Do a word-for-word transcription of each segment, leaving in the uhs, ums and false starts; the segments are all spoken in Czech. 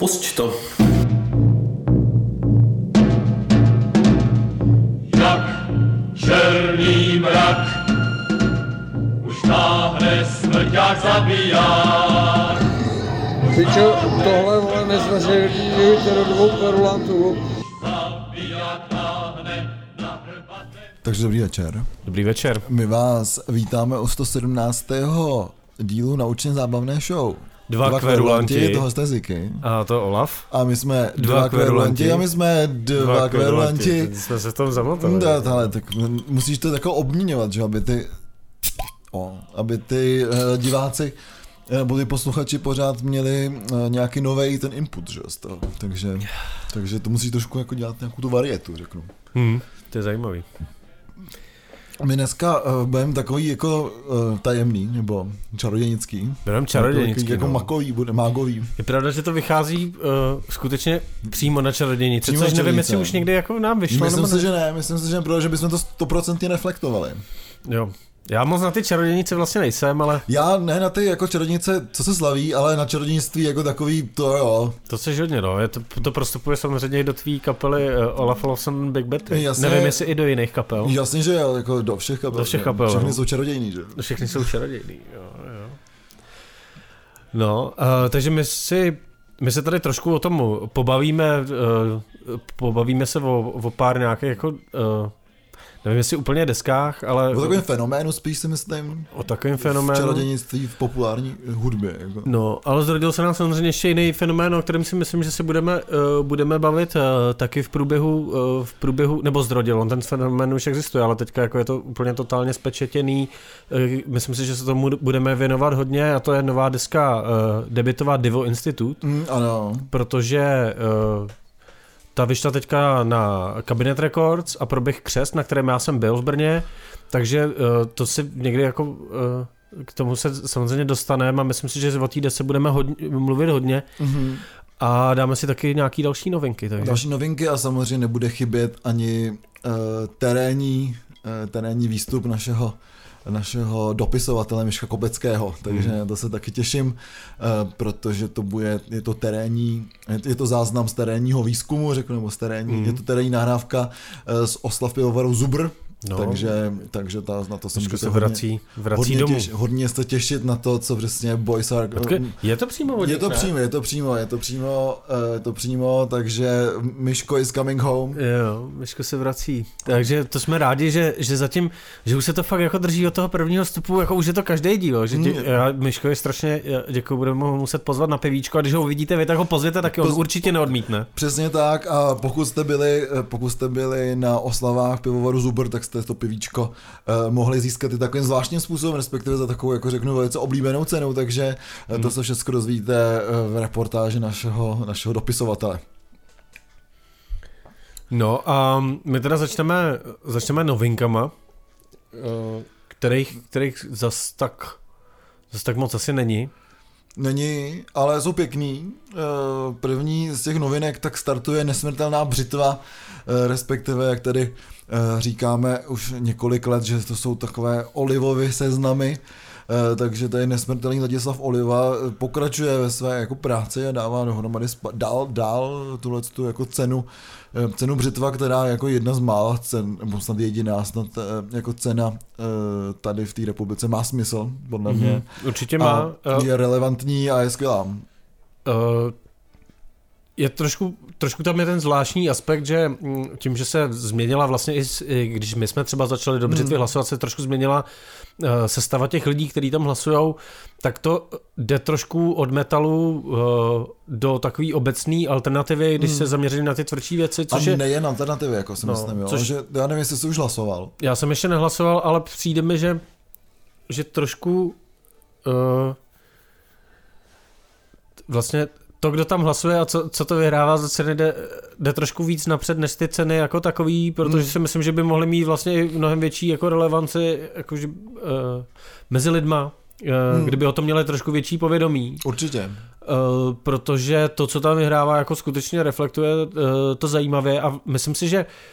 Pusť to. Jak černý mrak už táhne smrťák zabiják. Pičo, tohle vole nezveřejňujte do dvou kverulantů. Takže dobrý večer. Dobrý večer. My vás vítáme u sto sedmnáctého dílu Naučně zábavné show. Dva, dva kverulanti. kverulanti. Toho jste Ziky. A to Olaf. A my jsme Dva, dva kverulanti. kverulanti. A my jsme dva, dva kverulanti. kverulanti. Jsme se v tom zamotali. Da, ale tak musíš to jako obměňovat, že aby ty, o, aby ty uh, diváci nebo ty posluchači pořád měli uh, nějaký nový ten input, že z toho. Takže, takže to musíš trošku jako dělat nějakou tu varietu, řeknu. Hmm, to je zajímavý. My dneska uh, budeme takový jako uh, tajemný, nebo čarodějnický. Budeme čarodějnický, jako no. makový, bude, mágový. Je pravda, že to vychází uh, skutečně přímo na čarodějnice, Přímo což na nevím, jestli čarodějnice. už někdy jako nám vyšlo. Myslím si, ne? že ne, myslím si, že, protože bychom to stoprocentně reflektovali. Jo. Já moc na ty čarodějnice vlastně nejsem, ale... Já ne na ty jako čarodějnice, co se slaví, ale na čarodějnictví jako takový, to jo. To seš hodně, no. Je to, to prostupuje samozřejmě i do tvý kapely uh, Olaf Olafson Big Betty. Jasně. Nevím, jestli i do jiných kapel. Jasně, že jo, jako do všech kapel. Do všech kapel, Všechny no. jsou čarodějný, že? Všechny jsou čarodějný, jo, jo. No, uh, takže my si, my se tady trošku o tom pobavíme, uh, pobavíme se o, o pár nějakých jako, uh, nevím jestli úplně deskách, ale... O takovém fenoménu spíš si myslím. O takovém V fenoménu. čarodějnictví v populární hudbě. Jako. No, ale zrodil se nám samozřejmě ještě jiný fenomén, o kterém si myslím, že se budeme, uh, budeme bavit uh, taky v průběhu, uh, v průběhu, nebo zrodil, on ten fenomén už existuje, ale teďka jako je to úplně totálně spečetěný. Uh, myslím si, že se tomu budeme věnovat hodně a to je nová deska uh, debutová Divo Institute, Mm, ano. protože uh, ta vyšla teďka na Cabinet Records a proběh křest, na kterém já jsem byl v Brně, takže uh, to si někdy jako... Uh, k tomu se samozřejmě dostaneme a myslím si, že o té desce budeme hodně, mluvit hodně Mm-hmm. a dáme si taky nějaký další novinky. Takže. Další novinky a samozřejmě nebude chybět ani uh, terénní, uh, terénní výstup našeho našeho dopisovatele Miška Kopeckého, takže mm. to se taky těším, uh, protože to bude, je to terénní, je to záznam z terénního výzkumu, řeknu, nebo z terénní, mm. je to terénní nahrávka uh, z oslav pivovaru Zubr, no. takže, takže ta, na to se můžete se vrací, vrací hodně, domů. Těž, hodně se těšit na to, co přesně Boys are... Počkej, je to přímo od Je to ne? přímo, je to přímo, je to přímo, uh, je to přímo, takže Miško is coming home. Jo, Miško se vrací. Takže to jsme rádi, že, že zatím, že už se to fakt jako drží od toho prvního vstupu, jako už je to každý díl, že dě, já, Miško je strašně, děkuji, budeme ho muset pozvat na pivíčko a když ho uvidíte vy, tak ho pozvěte, taky on Poz... určitě neodmítne. Přesně tak a pokud jste byli, pokud jste byli na oslavách pivovaru Zubr, tak jste to pivíčko uh, mohli získat i takovým zvláštním způsobem, respektive za takovou, jako řeknu, velice oblíbenou cenu, takže hmm. to se všechno dozvíte v reportáži našeho, našeho dopisovatele. No a my teda začneme, začneme novinkama, kterých, kterých zas tak, zas tak moc asi není. Není, ale jsou pěkný. První z těch novinek tak startuje Nesmrtelná břitva, respektive, jak tady říkáme už několik let, že to jsou takové olivovy seznamy, takže tady Nesmrtelný Ladislav Oliva pokračuje ve své jako práci a dává dohromady dál, dál tuhletu jako cenu, cenu břitva, která je jako jedna z mála cen, nebo snad jediná, snad jako cena tady v té republice má smysl, podle mě. Mm-hmm. Určitě má. A je relevantní a je skvělá. Uh, je trošku, trošku tam je ten zvláštní aspekt, že tím, že se změnila vlastně i když my jsme třeba začali do břitvy hlasovat, se trošku změnila uh, sestava těch lidí, kteří tam hlasujou, tak to jde trošku od metalu uh, do takový obecný alternativy, když hmm. se zaměřili na ty tvrdší věci. Což a je nejen alternativy, jako si no, myslím, jo. Což, že, já nevím, jestli jsi už hlasoval. Já jsem ještě nehlasoval, ale přijde mi, že, že trošku uh, vlastně to, kdo tam hlasuje a co, co to vyhrává za ceny, jde, jde trošku víc napřed než ty ceny jako takový, protože hmm. si myslím, že by mohly mít vlastně mnohem větší jako relevanci jakože, uh, mezi lidma, uh, hmm. kdyby o tom měli trošku větší povědomí. Určitě. Uh, protože to, co tam vyhrává, jako skutečně reflektuje uh, to zajímavě a myslím si, že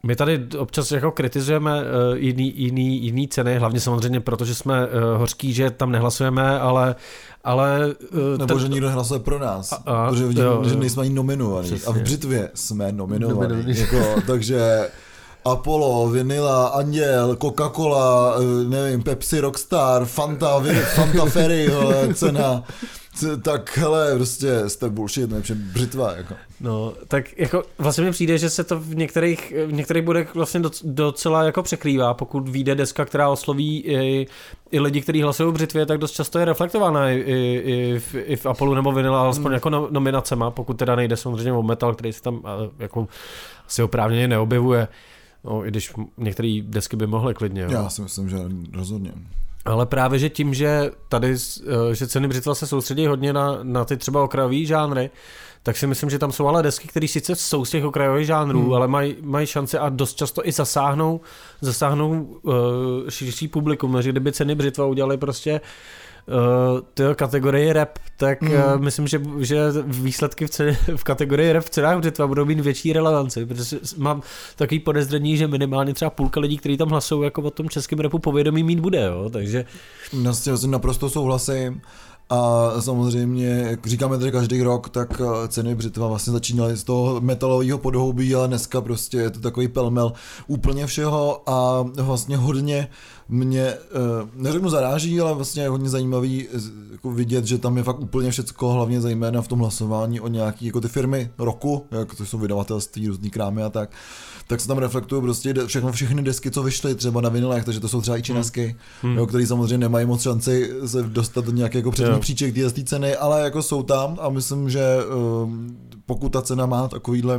My tady občas jako kritizujeme uh, jiný, jiný, jiný ceny, hlavně samozřejmě proto, že jsme uh, hořký, že tam nehlasujeme, ale... ale uh, Nebo ten... že nikdo hlasuje pro nás, a, a, protože vidím, jo, že nejsme ani nominovaní. Přesně. A v Břitvě jsme nominovaní. Jako, takže Apollo, Vanilla, Anděl, Coca-Cola, nevím, Pepsi, Rockstar, Fanta, Fanta Ferry, cena... Tak hele, prostě jste bullshit, nejlepší Břitva, jako. No, tak jako vlastně mi přijde, že se to v některých, v některých bodech vlastně docela jako překrývá, pokud vyjde deska, která osloví i, i lidi, kteří hlasují v Břitvě, tak dost často je reflektována i, i, i, v, i v Apollu nebo Vanilla, alespoň hmm. jako no, nominacema, pokud teda nejde samozřejmě o metal, který se tam jako asi oprávněně neobjevuje, no i když některé desky by mohly klidně. Já jo. si myslím, že rozhodně. Ale právě, že tím, že tady, že ceny Břitva se soustředí hodně na, na ty třeba okrajové žánry, tak si myslím, že tam jsou ale desky, které sice jsou z těch okrajových žánrů, hmm. ale mají maj šanci a dost často i zasáhnou, zasáhnou uh, širší publikum. Takže kdyby ceny Břitva udělali prostě uh, ty kategorii rap, tak hmm. uh, myslím, že, že výsledky v, ceny, v kategorii rap v cenách Břitva budou mít větší relevanci, protože mám takový podezření, že minimálně třeba půlka lidí, kteří tam hlasují jako o tom českém rapu, povědomí mít bude, jo, takže... Já s tím naprosto souhlasím. A samozřejmě, jak říkáme tady každý rok, tak ceny Břitva vlastně začínaly z toho metalového podhoubí, ale dneska prostě je to takový pelmel úplně všeho a vlastně hodně mě, neřeknu zaráží, ale vlastně je hodně zajímavý jako vidět, že tam je fakt úplně všecko, hlavně zejména v tom hlasování o nějaký, jako ty firmy roku, jak to jsou vydavatelství, různý krámy a tak, tak se tam reflektují prostě všechno, všechny desky, co vyšly třeba na vinilech, takže to jsou třeba i činesky, hmm. jo, který samozřejmě nemají moc šanci se dostat do nějaké jako přední příček té ceny, ale jako jsou tam a myslím, že um, pokud ta cena má takovýhle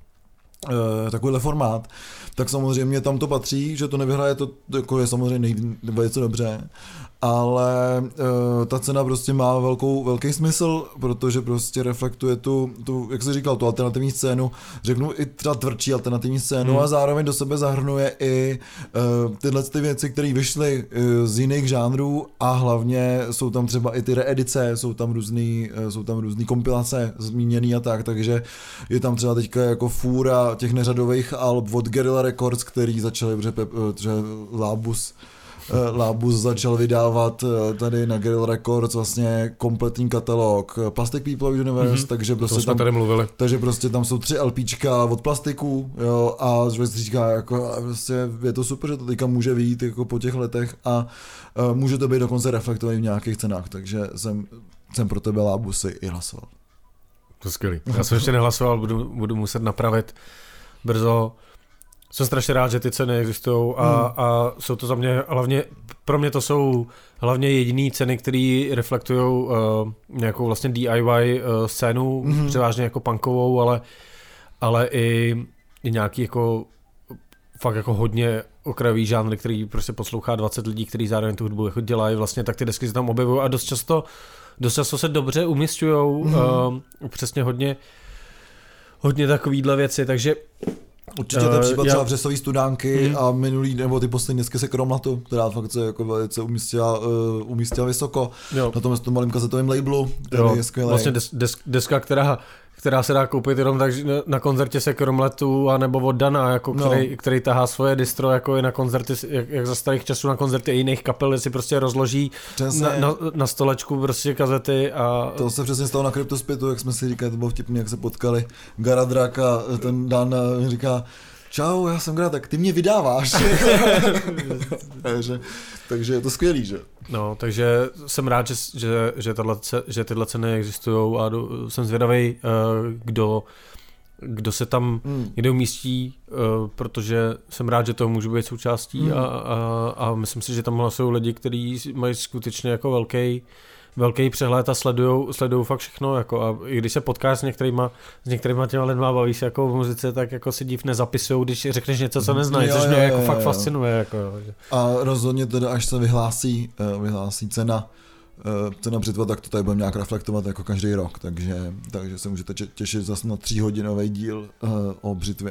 uh, takovýhle formát, tak samozřejmě tam to patří, že to nevyhraje, to jako je samozřejmě nejví, nebo je to dobře, ale uh, ta cena prostě má velkou, velký smysl, protože prostě reflektuje tu, tu, jak jsi říkal, tu alternativní scénu, řeknu i třeba tvrdší alternativní scénu hmm. a zároveň do sebe zahrnuje i uh, tyhle ty věci, které vyšly uh, z jiných žánrů a hlavně jsou tam třeba i ty reedice, jsou tam různý, uh, jsou tam různý kompilace zmíněný a tak, takže je tam třeba teďka jako fůra těch neřadových alb od Guerrilla Records, který začali, protože, protože Labus Labus začal vydávat tady na Guerrilla Records vlastně kompletní katalog Plastic People Universe, mm-hmm. takže prostě tam, tady mluvili. Takže prostě tam jsou tři LPčka od plastiku, jo, a člověk si říká, jako prostě je to super, že to teďka může vyjít jako po těch letech a uh, může to být dokonce reflektovaný v nějakých cenách, takže jsem, jsem pro tebe Labusy i hlasoval. To skvělý. Já jsem ještě nehlasoval, budu, budu muset napravit brzo. Jsem strašně rád, že ty ceny existují a, hmm. a jsou to za mě hlavně, pro mě to jsou hlavně jediné ceny, které reflektují uh, nějakou vlastně D I Y uh, scénu, hmm. převážně jako punkovou, ale, ale i, i nějaký jako fakt jako hodně okrajový žánr, který prostě poslouchá dvacet lidí, kteří zároveň tu hudbu jako dělají, vlastně tak ty desky se tam objevují a dost často, dost často se dobře umisťujou, hmm. uh, přesně hodně, hodně takovýhle věci, takže určitě ten případ uh, třeba Břesový studánky mm. a minulý, nebo ty poslední dnesky se Kromlatu, která fakt se jako velice umístila, uh, umístila vysoko jo. na tom, tom malým kazetovém labelu, který jo. je skvělý. Vlastně des, des, deska, která, která se dá koupit jenom tak na koncertě se Kromlatu a nebo od Dana, jako který, no. který tahá svoje distro jako i na koncerty, jak, jak za starých časů na koncerty jiných kapel, si prostě rozloží na, na, na stolečku prostě kazety a... To se přesně stalo na Kryptospitu, jak jsme si říkali, to bylo vtipný, jak se potkali Garadrak a ten Dan říká, čau, já jsem Garadrak, ty mě vydáváš. takže, takže je to skvělý, že? No, takže jsem rád, že, že, že, tato, že tyhle ceny existují a do, jsem zvědavý, kdo, kdo se tam hmm. někde umístí, protože jsem rád, že toho můžu být součástí hmm. a, a, a myslím si, že tam jsou lidi, kteří mají skutečně jako velký velký přehled a sledujou, sledujou fakt všechno, jako a i když se potkáš s některýma, s některýma těma lidma, bavíš se jako v muzice, tak jako si div nezapisujou, když řekneš něco, co neznají, což mě jako jo, fakt jo. fascinuje. Jako, že... A rozhodně teda, až se vyhlásí, vyhlásí cena, cena Břitva, tak to tady budeme nějak reflektovat jako každý rok, takže, takže se můžete těšit zase na tříhodinový díl o Břitvě.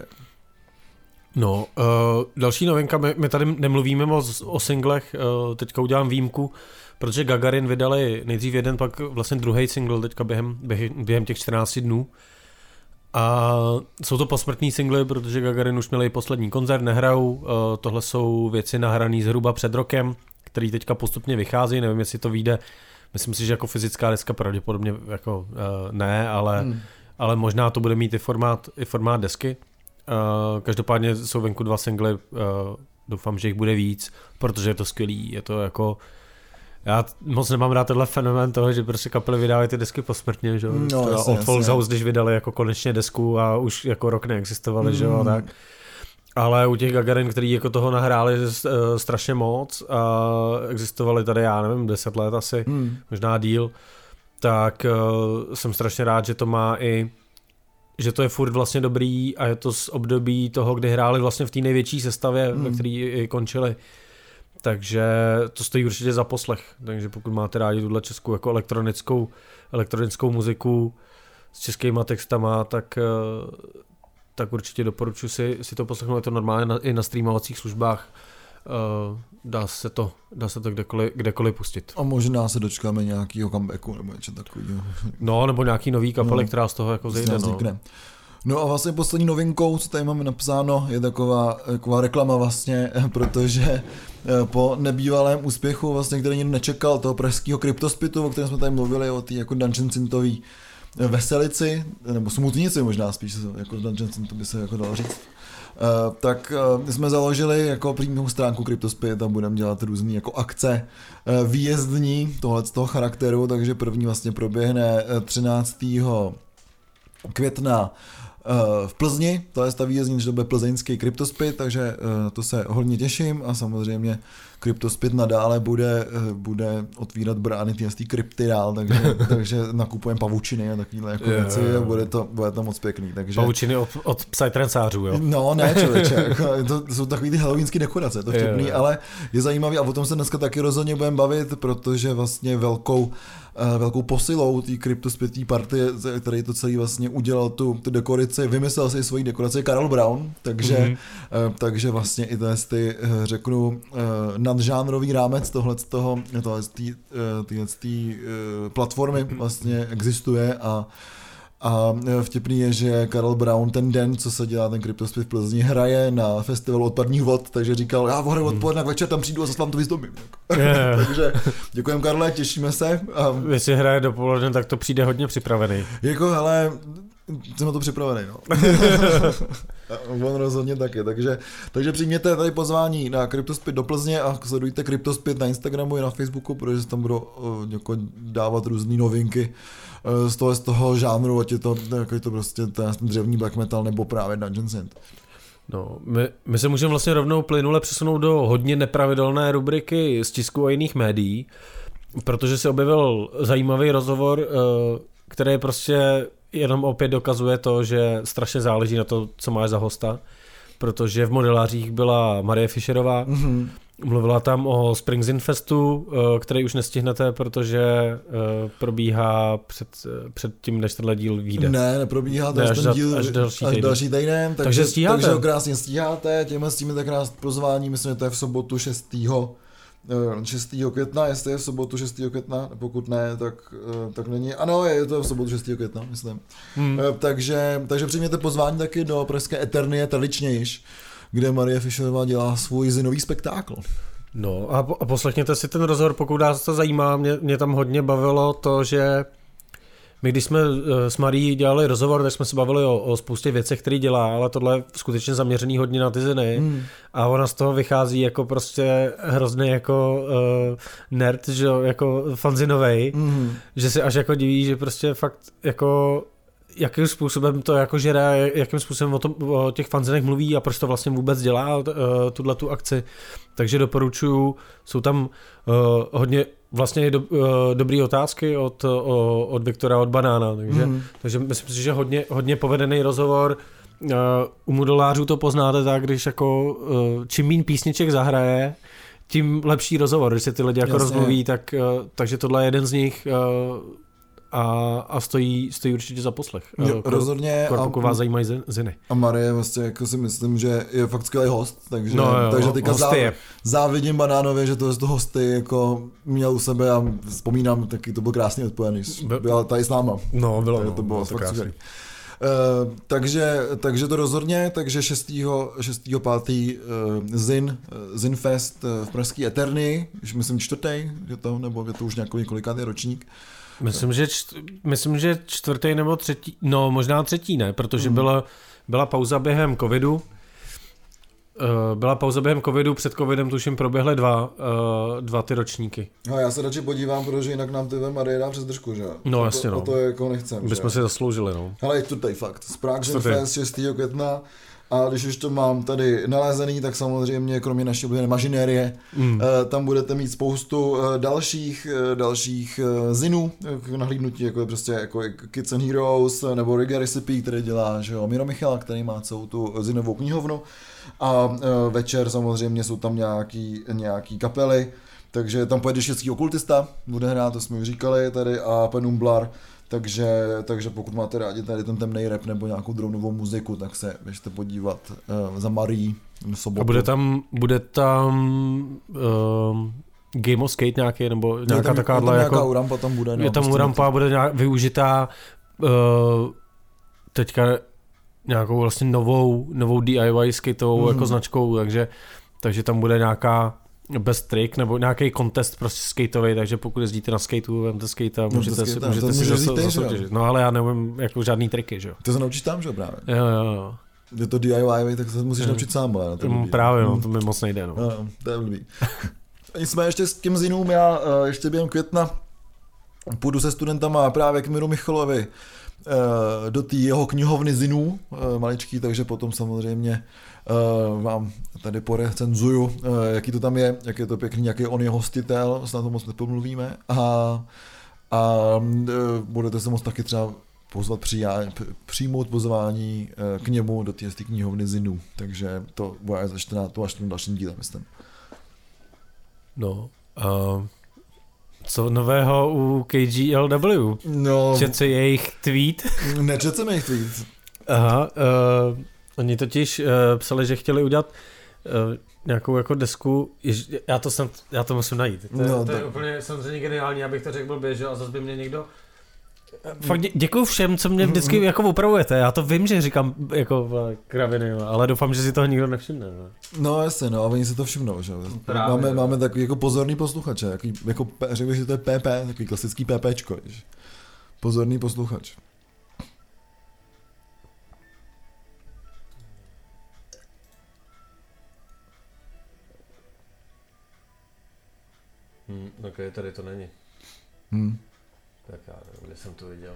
No, uh, další novinka, my, my tady nemluvíme moc o singlech, uh, teďka udělám výjimku, protože Gagarin vydali nejdřív jeden, pak vlastně druhý single teďka během, během těch čtrnácti dnů A jsou to posmrtný singly, protože Gagarin už měli poslední koncert, nehrajou. Tohle jsou věci nahrané zhruba před rokem, který teďka postupně vychází, nevím, jestli to vyjde. Myslím si, že jako fyzická deska pravděpodobně jako ne, ale, hmm. ale možná to bude mít i formát, i formát desky. Každopádně jsou venku dva singly, doufám, že jich bude víc, protože je to skvělý, je to jako... Já moc nemám rád tenhle fenomén toho, že prostě kapely vydávají ty desky posmrtně, že jo. No, jasně, od Volkshouse, když vydali jako konečně desku a už jako rok neexistovaly, mm. že jo, a tak. Ale u těch Gagarin, který jako toho nahráli strašně moc a existovali tady, já nevím, deset let asi, mm. možná díl, tak uh, jsem strašně rád, že to má i, že to je furt vlastně dobrý a je to z období toho, kdy hráli vlastně v té největší sestavě, mm. ve který i končili. Takže to stojí určitě za poslech. Takže pokud máte rádi tuhle českou jako elektronickou, elektronickou muziku s českýma textama, tak, tak určitě doporučuji si, si to poslechnout. Je to normálně na, i na streamovacích službách. Dá se to, dá se to kdekoliv, kdekoliv pustit. A možná se dočkáme nějakýho comebacku nebo něco takového. No, nebo nějaký nový kapely, no, která z toho jako zejde. No. No a vlastně poslední novinkou, co tady máme napsáno, je taková, taková reklama vlastně, protože po nebývalém úspěchu, vlastně, který nikdo nečekal, toho pražského Kryptospitu, o kterém jsme tady mluvili, o té jako Dungeon Synthový veselici, nebo smutnici možná spíš, jako Dungeon Synth by se jako dalo říct. Uh, tak uh, jsme založili jako přímou stránku Kryptospit a budeme dělat různé jako akce uh, výjezdní tohle z toho charakteru, takže první vlastně proběhne třináctého května v Plzni, to je ta výjezdní, že to bude plzeňský Kryptospit, takže na to se hodně těším a samozřejmě Kryptospit nadále bude, bude otvírat brány té krypty dál, takže, takže nakupujeme pavučiny a takovéhle jako je, věci je, a bude to, bude to moc pěkný. Takže... Pavučiny od, od psytrancářů, jo? No ne, člověče, jako, to jsou takový ty halloweenský dekorace, to vtipný, je, je. Ale je zajímavý a o tom se dneska taky rozhodně budeme bavit, protože vlastně velkou velkou posilou té Kryptospitý party, který to celý vlastně udělal tu, tu dekoraci, vymyslel si svoji dekoraci Karel Brown, takže, mm-hmm. takže vlastně i tyhle ty, řeknu, nadžánrový rámec tohle z toho, tyhle z té platformy vlastně existuje a A vtipný je, že Karel Brown ten den, co se dělá ten Kryptospit v Plzni, hraje na festivalu odpadních vod, takže říkal, já hraju odpoledne, k večer tam přijdu a zase vám to vyzdobím. Yeah. Takže děkujeme, Karle, těšíme se. A... Jestli hraje dopoledne, tak to přijde hodně připravený. Jako, hele, jsem na to připravený, no. On rozhodně taky, takže, takže přijměte tady pozvání na Kryptospit do Plzně a sledujte Kryptospit na Instagramu i na Facebooku, protože se tam budou uh, jako dávat různé novinky uh, z toho, z toho žánru, ať je to, jako je to prostě ten dřevní black metal nebo právě Dungeon Synth. No, my, my se můžeme vlastně rovnou plynule přesunout do hodně nepravidelné rubriky z tisku a jiných médií, protože se objevil zajímavý rozhovor, uh, který prostě jenom opět dokazuje to, že strašně záleží na to, co máš za hosta, protože v modelářích byla Marie Fischerová, mm-hmm. mluvila tam o Springs In Festu, který už nestihnete, protože probíhá před, před tím, než tenhle díl vyjde. Ne, neprobíhá, to ne, až, ten díl až další až týden. další týden, takže, takže stíháte. Takže ho krásně stíháte, těmhle s tím tak krás pozvání, myslím, že to je v sobotu šestého května, jestli je v sobotu šestého května, pokud ne, tak, tak není. Ano, je to v sobotu šestého května, myslím. Hmm. Takže, takže přijměte pozvání taky do pražské Eternie tradičně již, kde Marie Fischerová dělá svůj zinový spektákl. No a, po, a poslechněte si ten rozhovor, pokud vás to zajímá. Mě, mě tam hodně bavilo to, že my když jsme s Marií dělali rozhovor, tak jsme se bavili o, o spoustě věcech, které dělá, ale tohle je skutečně zaměřený hodně na ty ziny. Hmm. A ona z toho vychází jako prostě hrozný jako uh, nerd, že jako fanzinovej, hmm. že si až jako diví, že prostě fakt jako jakým způsobem to jako žere, jakým způsobem o, tom, o těch fanzinech mluví a proč to vlastně vůbec dělá uh, tuhle tu akci. Takže doporučuju, jsou tam uh, hodně vlastně do, uh, dobrý otázky od, o, od Viktora, od Banána, takže, mm. takže myslím si, že hodně, hodně povedený rozhovor. Uh, u modelářů to poznáte tak, když jako uh, čím méně písniček zahraje, tím lepší rozhovor, když se ty lidi jako Jasně. rozmluví, tak, uh, takže tohle je jeden z nich uh, a, a stojí, stojí určitě za poslech. Jo, Kor, rozhodně. Kor, pokud vás zajímají ziny. A Marie vlastně jako si myslím, že je fakt skvělý host, takže, no jo, takže teďka záv, závidím Banánovi, že to z toho hosty jako měl u sebe a vzpomínám, taky to byl krásný odpovědný. Byla tady s náma. No, bylo, to no, bylo, bylo fakt skvělý. Uh, takže, takže to rozhodně, takže šestého pátého Uh, Zin, uh, Zinfest uh, v pražský Eterny, už myslím čtvrtý, je to, nebo je to už nějaký několikátý ročník. Myslím, že, čt, myslím, že čtvrtý nebo třetí, no možná třetí ne, protože mm. byla, byla pauza během covidu. Uh, byla pauza během covidu, před covidem tuším proběhly dva, uh, dva ty ročníky. No já se radši podívám, protože jinak nám ty Marie dá přes držku, že? No jasně, no. O to jako nechcem, bychom si zasloužili, no. Hele, to tady fakt. Prague Zen Fest šestého května a když už to mám tady nalezený, tak samozřejmě kromě naší oblíbené mažinérie, mm. uh, tam budete mít spoustu uh, dalších, uh, dalších uh, zinů k nahlídnutí, jako je prostě jako Kids and Heroes, nebo Riga Recipe, který dělá, že jo, Miro Michala, který má celou tu zinovou knihovnu. A uh, večer samozřejmě jsou tam nějaký, nějaký kapely, takže tam pojede šestý okultista, bude hrát, to jsme už říkali tady, a Penumblar, takže, takže pokud máte rádi tady ten temnej rap nebo nějakou dronovou muziku, tak se běžte podívat uh, za Marí v sobotu. A bude tam, bude tam uh, Game of Skate nějaký, nebo nějaká tam, takováhle, tam jako, nějaká urampa tam bude. No, je tam urampa, bude nějak využitá uh, teďka nějakou vlastně novou, novou D I Y skateovou mm. jako značkou, takže, takže tam bude nějaká best trick nebo nějaký contest prostě skateový, takže pokud jezdíte na skateu, vemte skate a můžete, no, si, skate, můžete si zase zasoutěžit. No ale já nevím jako žádný triky, že jo. Ty se naučíš tam, že jo, právě? Jo, jo, jo. Je to D I Y, tak se musíš naučit sám, ale to mm, právě, no, to mi moc nejde, no. no to je blbý. Jsme ještě s tím zinům, já ještě během května půjdu se studentama právě k Miru Michalovi do té jeho knihovny zinů maličký, takže potom samozřejmě vám tady porecenzuju, jaký to tam je, jak je to pěkný, jaký on je hostitel, snad to moc nepomluvíme, a, a budete se moc taky třeba pozvat přijá, přijmout pozvání k němu do té knihovny zinů, takže to bude za čtrnáctého až v dalším díle, myslím. No, uh... co nového u K G L W? No, četl jsi jejich tweet? Nečetl jsem jejich tweet. Aha, uh, oni totiž uh, psali, že chtěli udělat uh, nějakou jako desku, jež, já to jsem, já to musím najít. To, no, to je úplně samozřejmě geniální, abych to řekl blbě, že a zase by mě někdo... Fakt dě, děkuju všem, co mě vždycky jako opravujete, já to vím, že říkám jako kraviny, ale doufám, že si toho nikdo nevšimne. No, no jasně, no a oni si to všimnou, že Právě, máme, no. máme takový jako pozorný posluchače, jaký, jako, řekl bych, že to je P P, takový klasický PPčko, že? Pozorný posluchač. Hmm, ok, tady to není. Hmm. Tak já nevím, kde jsem to viděl.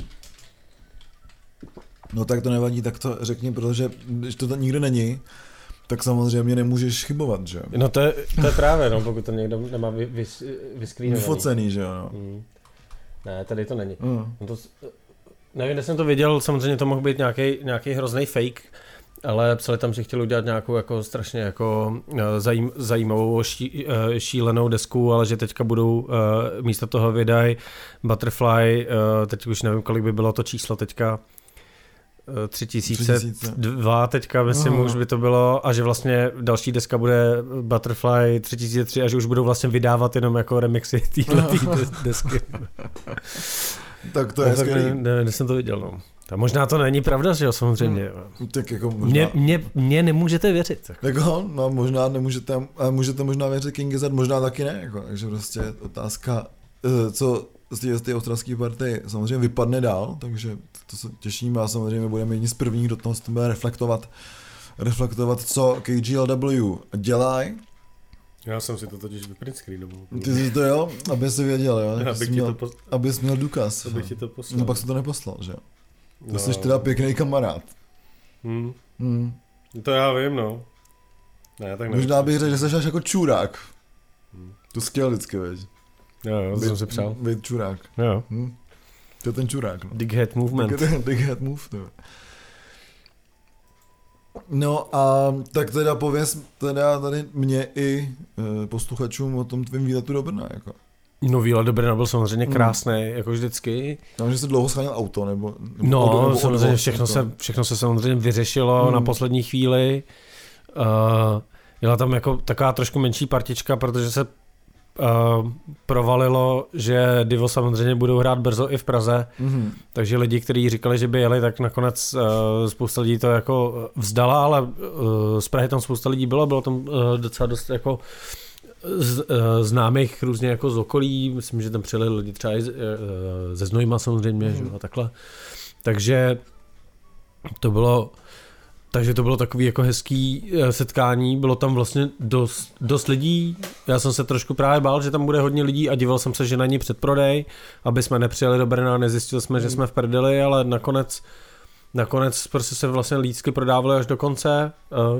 No tak to nevadí, tak to řekni, protože když to tam nikde není, tak samozřejmě nemůžeš chybovat, že jo? No to je, to je právě, no, pokud to někdo nemá vy, vy, vyskrýnovaný. Vyfocený, že jo? No. Hmm. Ne, tady to není. Hmm. No to, nevím, kde jsem to viděl, samozřejmě to mohl být nějaký, nějaký hrozný fake, ale psali tam, že chtěli udělat nějakou jako strašně jako zajím, zajímavou ší, šílenou desku, ale že teďka budou místo toho vydají Butterfly, teď už nevím, kolik by bylo to číslo teďka, tři tisíce dva teďka, myslím, Aha. už by to bylo, a že vlastně další deska bude Butterfly tři tisíce tři a že už budou vlastně vydávat jenom jako remixy téhletý desky. Tak to je no, skvělý. Ne, ne, jsem to viděl, no. A možná to není pravda, že jo, samozřejmě. Hmm. Tak jako možná... Mě, mě, mě nemůžete věřit. Jako, no možná nemůžete, ale můžete možná věřit King Gizzard, možná taky ne, jako, takže prostě otázka, co z té australské party samozřejmě vypadne dál, takže to se těšíme a samozřejmě budeme jedni z prvních, kdo toho bude reflektovat, reflektovat, co K G L W dělají. Já jsem si to totiž vyprint screenoval. Ty jsi to jo, aby jsi věděl, jo, abych měl, to pos... abys měl důkaz. Abych ti to poslal. No pak jsi to neposlal, že jo. To no. Jsi teda pěkný kamarád. Hmm. Hmm. To já vím, no. Ne, tak možná bych řekl, že jsi až jako čurák. Hmm. To skvěl vždycky, veď. Jo, jo, to jsem si přál. Být čurák. Jo. Hmm. To je ten čurák, no. Big head movement. Big head move, to. No a tak teda pověz teda tady mě i e, posluchačům o tom tvým výletu do Brna, jako. No výlet do Brna byl samozřejmě krásný, mm. jako vždycky. No, že jsi dlouho scháněl auto, nebo... nebo no, nebo samozřejmě všechno se, všechno se samozřejmě vyřešilo mm. na poslední chvíli. Uh, byla tam jako taková trošku menší partička, protože se uh, provalilo, že Divo samozřejmě budou hrát brzo i v Praze, mm-hmm. takže lidi, kteří říkali, že by jeli, tak nakonec uh, spousta lidí to jako vzdala, ale uh, z Prahy tam spousta lidí bylo, bylo tam uh, docela dost jako z, uh, známých různě jako z okolí, myslím, že tam přijeli lidi třeba i z, uh, ze Znojma samozřejmě, mm-hmm. že, a takhle. Takže to bylo Takže to bylo takový jako hezký setkání, bylo tam vlastně dost, dost lidí, já jsem se trošku právě bál, že tam bude hodně lidí a díval jsem se, že na ní předprodej, aby jsme nepřijeli do Brna a nezjistili jsme, že jsme v prdeli, ale nakonec, nakonec prostě se vlastně lístky prodávaly až do konce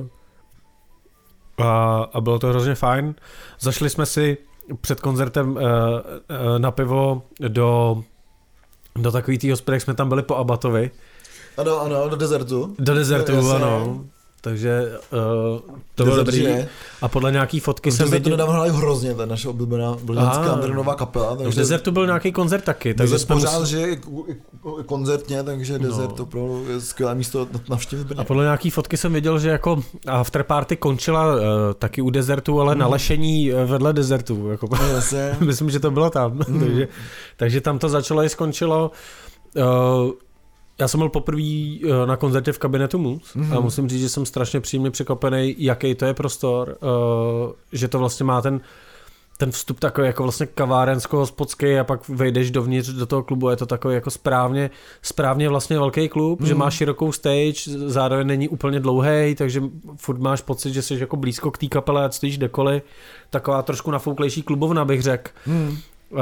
a, a bylo to hrozně fajn. Zašli jsme si před koncertem na pivo do, do takový tý hospody, jak jsme tam byli po Abatovi. Ano, ano, do dezertu. Do dezertu, no, ano. Takže uh, to bylo dobrý. Je. A podle nějaký fotky jsem viděl... V dezertu nedávno hráli hrozně, ta naše oblíbená brněnská undergroundová kapela. Takže... V dezertu byl nějaký koncert taky. Takže jsme pořád, musí... že i koncertně, takže dezert no. opravdu je skvělé místo navštívit Brně. A podle nějaký fotky jsem viděl, že jako afterparty končila uh, taky u dezertu, ale mm. na Lešení vedle dezertu. Jako. No, myslím, že to bylo tam. Mm. takže, takže tam to začalo i skončilo. Uh, Já jsem byl poprvé na koncertě v kabinetu Mus mm-hmm. a musím říct, že jsem strašně příjemně překvapený, jaký to je prostor, uh, že to vlastně má ten, ten vstup takový jako vlastně kavárensko-hospodský a pak vejdeš dovnitř do toho klubu, je to takový jako správně, správně vlastně velký klub, mm-hmm. že má širokou stage, zároveň není úplně dlouhej, takže furt máš pocit, že jsi jako blízko k té kapele, ať stojíš kdekoliv, taková trošku nafouklejší klubovna bych řekl, mm. uh,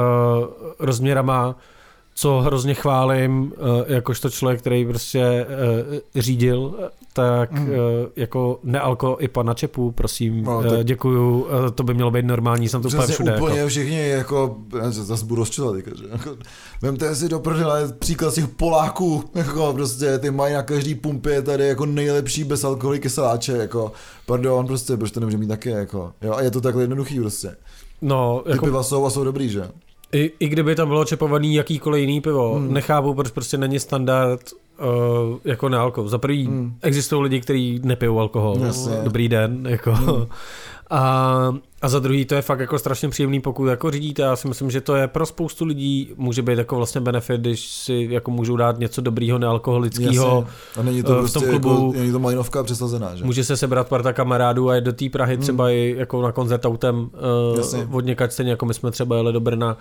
rozměrama, co hrozně chválím, jakožto člověk, který prostě řídil, tak mm. jako nealko i pana Čepu, prosím, no, děkuju, to by mělo být normální, jsem to úplně všude. Úplně jako. Všichni, jako, zase budu rozčilovat, jako, vemte si do prdele příklad těch Poláků, jako prostě, ty mají na každý pumpě tady jako nejlepší bezalkoholový kyseláče, jako, pardon, prostě, proč to nemůže mít taky, jako, jo, a je to takhle jednoduchý prostě. No, ty jako... piva jsou a jsou dobrý, že? I, I kdyby tam bylo čepovaný jakýkoliv jiný pivo, hmm. nechápu, proč prostě není standard uh, jako na alkohol. Za prvý hmm. existují lidi, kteří nepijou alkohol. Yes, Dobrý den. Jako. Hmm. A, a za druhý to je fakt jako strašně příjemný, pokud jako řídíte. Já si myslím, že to je pro spoustu lidí může být jako vlastně benefit, když si jako můžou dát něco dobrýho nealkoholického a není to uh, prostě v tom klubu. Jako, není to majnovka přesazená, že? Může se sebrat parta kamarádů a jít do té Prahy hmm. třeba i jako na koncert autem uh, od někač, stejně jako my jsme třeba jeli do Brna.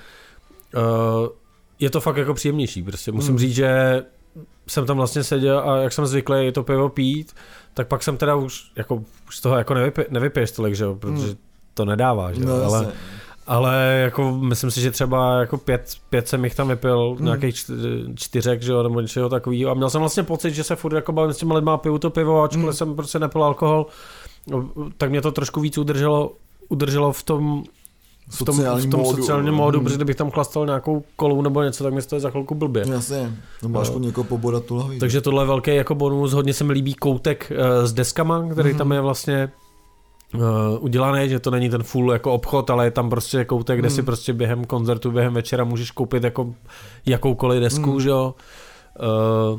Uh, je to fakt jako příjemnější, prostě musím hmm. říct, že jsem tam vlastně seděl a jak jsem zvyklý to pivo pít, tak pak jsem teda už, jako, už z toho jako nevypij, nevypiješ tolik, že jo, protože hmm. to nedává, že jo, no, ale, ale jako myslím si, že třeba jako pět, pět jsem jich tam vypil, hmm. nějakých čtyřek, že jo, nebo něčeho takového a měl jsem vlastně pocit, že se furt jako bavím s těma lidma, piju to pivo, ačkoliv hmm. jsem prostě nepil alkohol, tak mě to trošku víc udrželo, udrželo v tom v tom, v tom módu, sociálním módu, hmm. protože kdybych tam chlastal nějakou kolu nebo něco, tak mi to je za chvilku blbě. Jasně, to máš no. někoho pobodat tu hlaví. Takže tohle je velký jako bonus, hodně se mi líbí koutek uh, s deskama, který hmm. tam je vlastně uh, udělaný, že to není ten full jako obchod, ale je tam prostě koutek, kde hmm. si prostě během koncertu, během večera můžeš koupit jako jakoukoliv desku, hmm. že jo. Uh,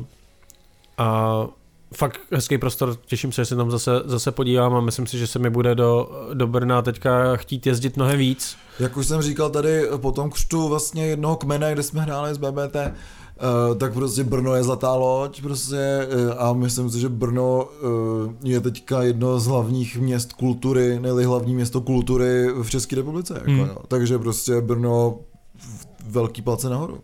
a fakt hezký prostor, těším se, že se tam zase, zase podívám a myslím si, že se mi bude do, do Brna teďka chtít jezdit mnohem víc. Jak už jsem říkal tady po tom křtu vlastně jednoho kmene, kde jsme hráli z B B T, uh, tak prostě Brno je zlatá loď prostě uh, a myslím si, že Brno uh, je teďka jedno z hlavních měst kultury, nejli hlavní město kultury v České republice. Jako, hmm. jo. Takže prostě Brno velký palce nahoru.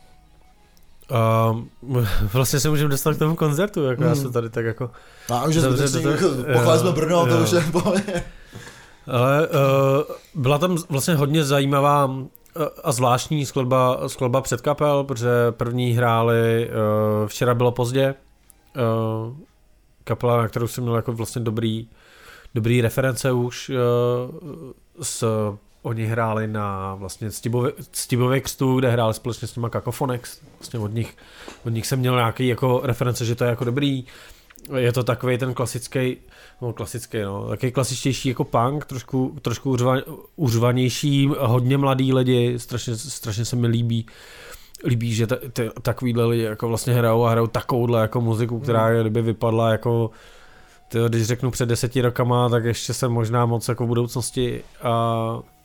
Uh, vlastně se můžeme dostat k tomu koncertu, jako hmm. já se tady tak jako... A už je zbytečný, pochválili jsme Brno a to jo. už je pohodě. Ale uh, byla tam vlastně hodně zajímavá uh, a zvláštní skladba, skladba předkapel, protože první hráli, uh, včera bylo pozdě, uh, kapela, na kterou jsem měl jako vlastně dobrý, dobrý reference už uh, s... Oni hráli na vlastně Stibově křtu, kde hráli společně s nima Cacophonics. Vlastně od nich, od nich jsem měl nějaký jako reference, že to je jako dobrý. Je to takovej ten klasický, no klasický, no, takový klasičtější jako punk, trošku, trošku uřvanější, hodně mladý lidi, strašně, strašně se mi líbí. Líbí, že t- t- takovýhle lidi jako vlastně hrajou a hrajou takovouhle jako muziku, která kdyby vypadla jako tyjo, když řeknu před deseti rokama, tak ještě jsem možná moc jako v budoucnosti a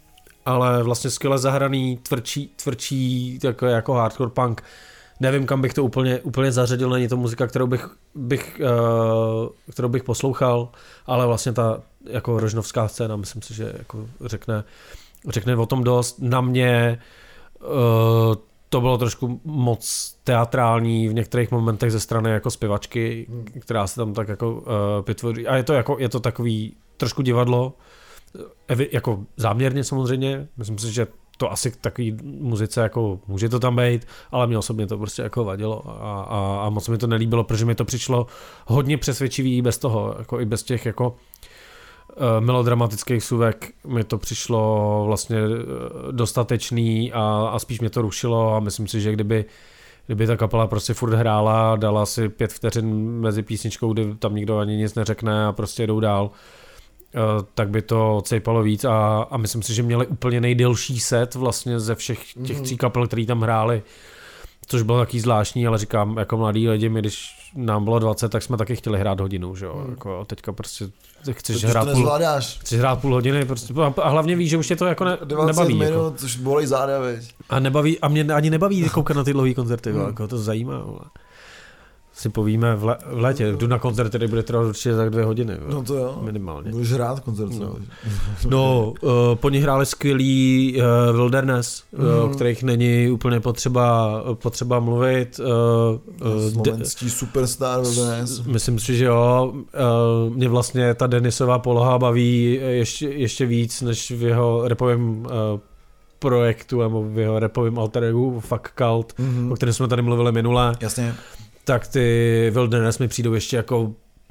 ale vlastně skvěle zahraný, tvrdší, tvrdší jako, jako hardcore punk. Nevím, kam bych to úplně, úplně zařadil, není to muzika, kterou bych, bych, uh, kterou bych poslouchal, ale vlastně ta jako rožnovská scéna, myslím si, že jako řekne, řekne o tom dost. Na mě uh, to bylo trošku moc teatrální v některých momentech ze strany jako zpěvačky, hmm. která se tam tak jako uh, vytvoří. A je to, jako, je to takový trošku divadlo, evi, jako záměrně samozřejmě, myslím si, že to asi k takový muzice jako může to tam být, ale mě osobně to prostě jako vadilo a, a, a moc mi to nelíbilo, protože mi to přišlo hodně přesvědčivý bez toho, jako i bez těch jako uh, melodramatických suvek mi to přišlo vlastně dostatečný a, a spíš mě to rušilo a myslím si, že kdyby kdyby ta kapela prostě furt hrála, dala si pět vteřin mezi písničkou, kdy tam nikdo ani nic neřekne a prostě jdou dál, tak by to cejpalo víc a, a myslím si, že měli úplně nejdelší set vlastně ze všech těch tří kapel, který tam hráli, což bylo taky zvláštní, ale říkám, jako mladí lidi, my když nám bylo dvacet, tak jsme taky chtěli hrát hodinu, že jo, mm. jako teďka prostě chceš hrát, půl, chceš hrát půl hodiny prostě, a hlavně víš, že už tě to jako ne, nebaví. minut, jako. Což bolej záda, veď. A nebaví, a mě ani nebaví koukat na ty dlouhý koncerty, mm. jako to zajímá, ale si povíme v, le, v létě, jdu na koncert, který bude trvat určitě tak dvě hodiny. No to jo, minimálně. Budeš hrát koncert. No, no uh, po nich hráli skvělý uh, Wilderness, mm. uh, o kterých není úplně potřeba, potřeba mluvit. Uh, uh, Slovenský de- superstar Wilderness. Myslím si, že jo. Uh, mě vlastně ta Denisová poloha baví ještě, ještě víc, než v jeho rapovém uh, projektu, nebo v jeho rapovém alter egu, Fuck Cult, mm-hmm. o kterém jsme tady mluvili minule. Jasně. Tak ty Wilderness mi přijdou ještě jako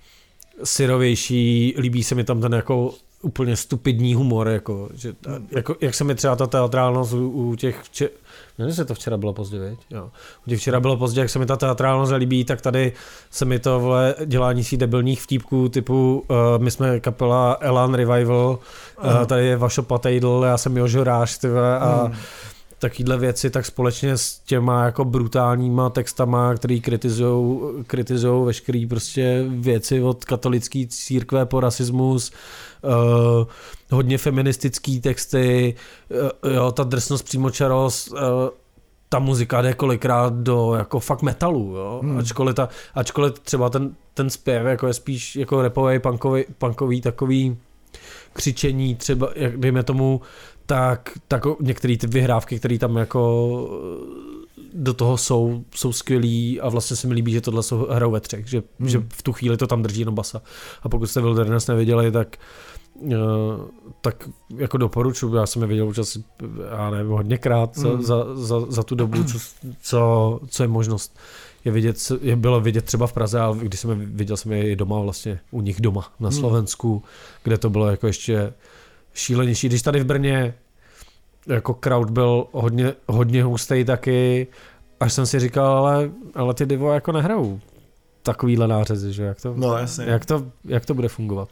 syrovější, líbí se mi tam ten jako úplně stupidní humor, jako, že, jako jak se mi třeba ta teatrálnost u, u těch, vče, nevím, jestli to včera bylo pozdě, viď? Jo. U těch včera bylo pozdě, jak se mi ta teatrálnost líbí, tak tady se mi to vole, dělání si debilních vtípků typu, uh, my jsme kapela Elan Revival, uh, tady je Vašo Patejdl, já jsem Jožo Ráš, tyve, a hmm. takovýhle věci, tak společně s těma jako brutálníma textama, který kritizujou, kritizujou veškerý prostě věci od katolické církve po rasismus, uh, hodně feministický texty, uh, jo, ta drsnost, přímočarost, uh, ta muzika jde kolikrát do jako fakt metalu, jo, hmm. ačkoliv, ta, ačkoliv třeba ten, ten zpěv jako je spíš jako rapový, punkový, punkový takový křičení, třeba, jak dejme tomu, tak, tak některé ty vyhrávky, které tam jako do toho jsou, jsou skvělý a vlastně se mi líbí, že tohle jsou hrajou ve třech, že, hmm. že v tu chvíli to tam drží jenom basa. A pokud jste Wilderness neviděli, tak uh, tak jako doporučuji, já jsem je viděl už asi, já nevím, hodněkrát za, hmm. za, za, za tu dobu, co, co, co je možnost. Je, vidět, je bylo vidět třeba v Praze, ale když jsem je viděl, jsem je i doma vlastně, u nich doma na Slovensku, hmm. kde to bylo jako ještě šílenější. Když tady v Brně jako crowd byl hodně, hodně hustý taky, až jsem si říkal, ale, ale ty Divo jako nehrajou takovýhle nářezy, že jak to, no, jasně. Jak to, jak to bude fungovat.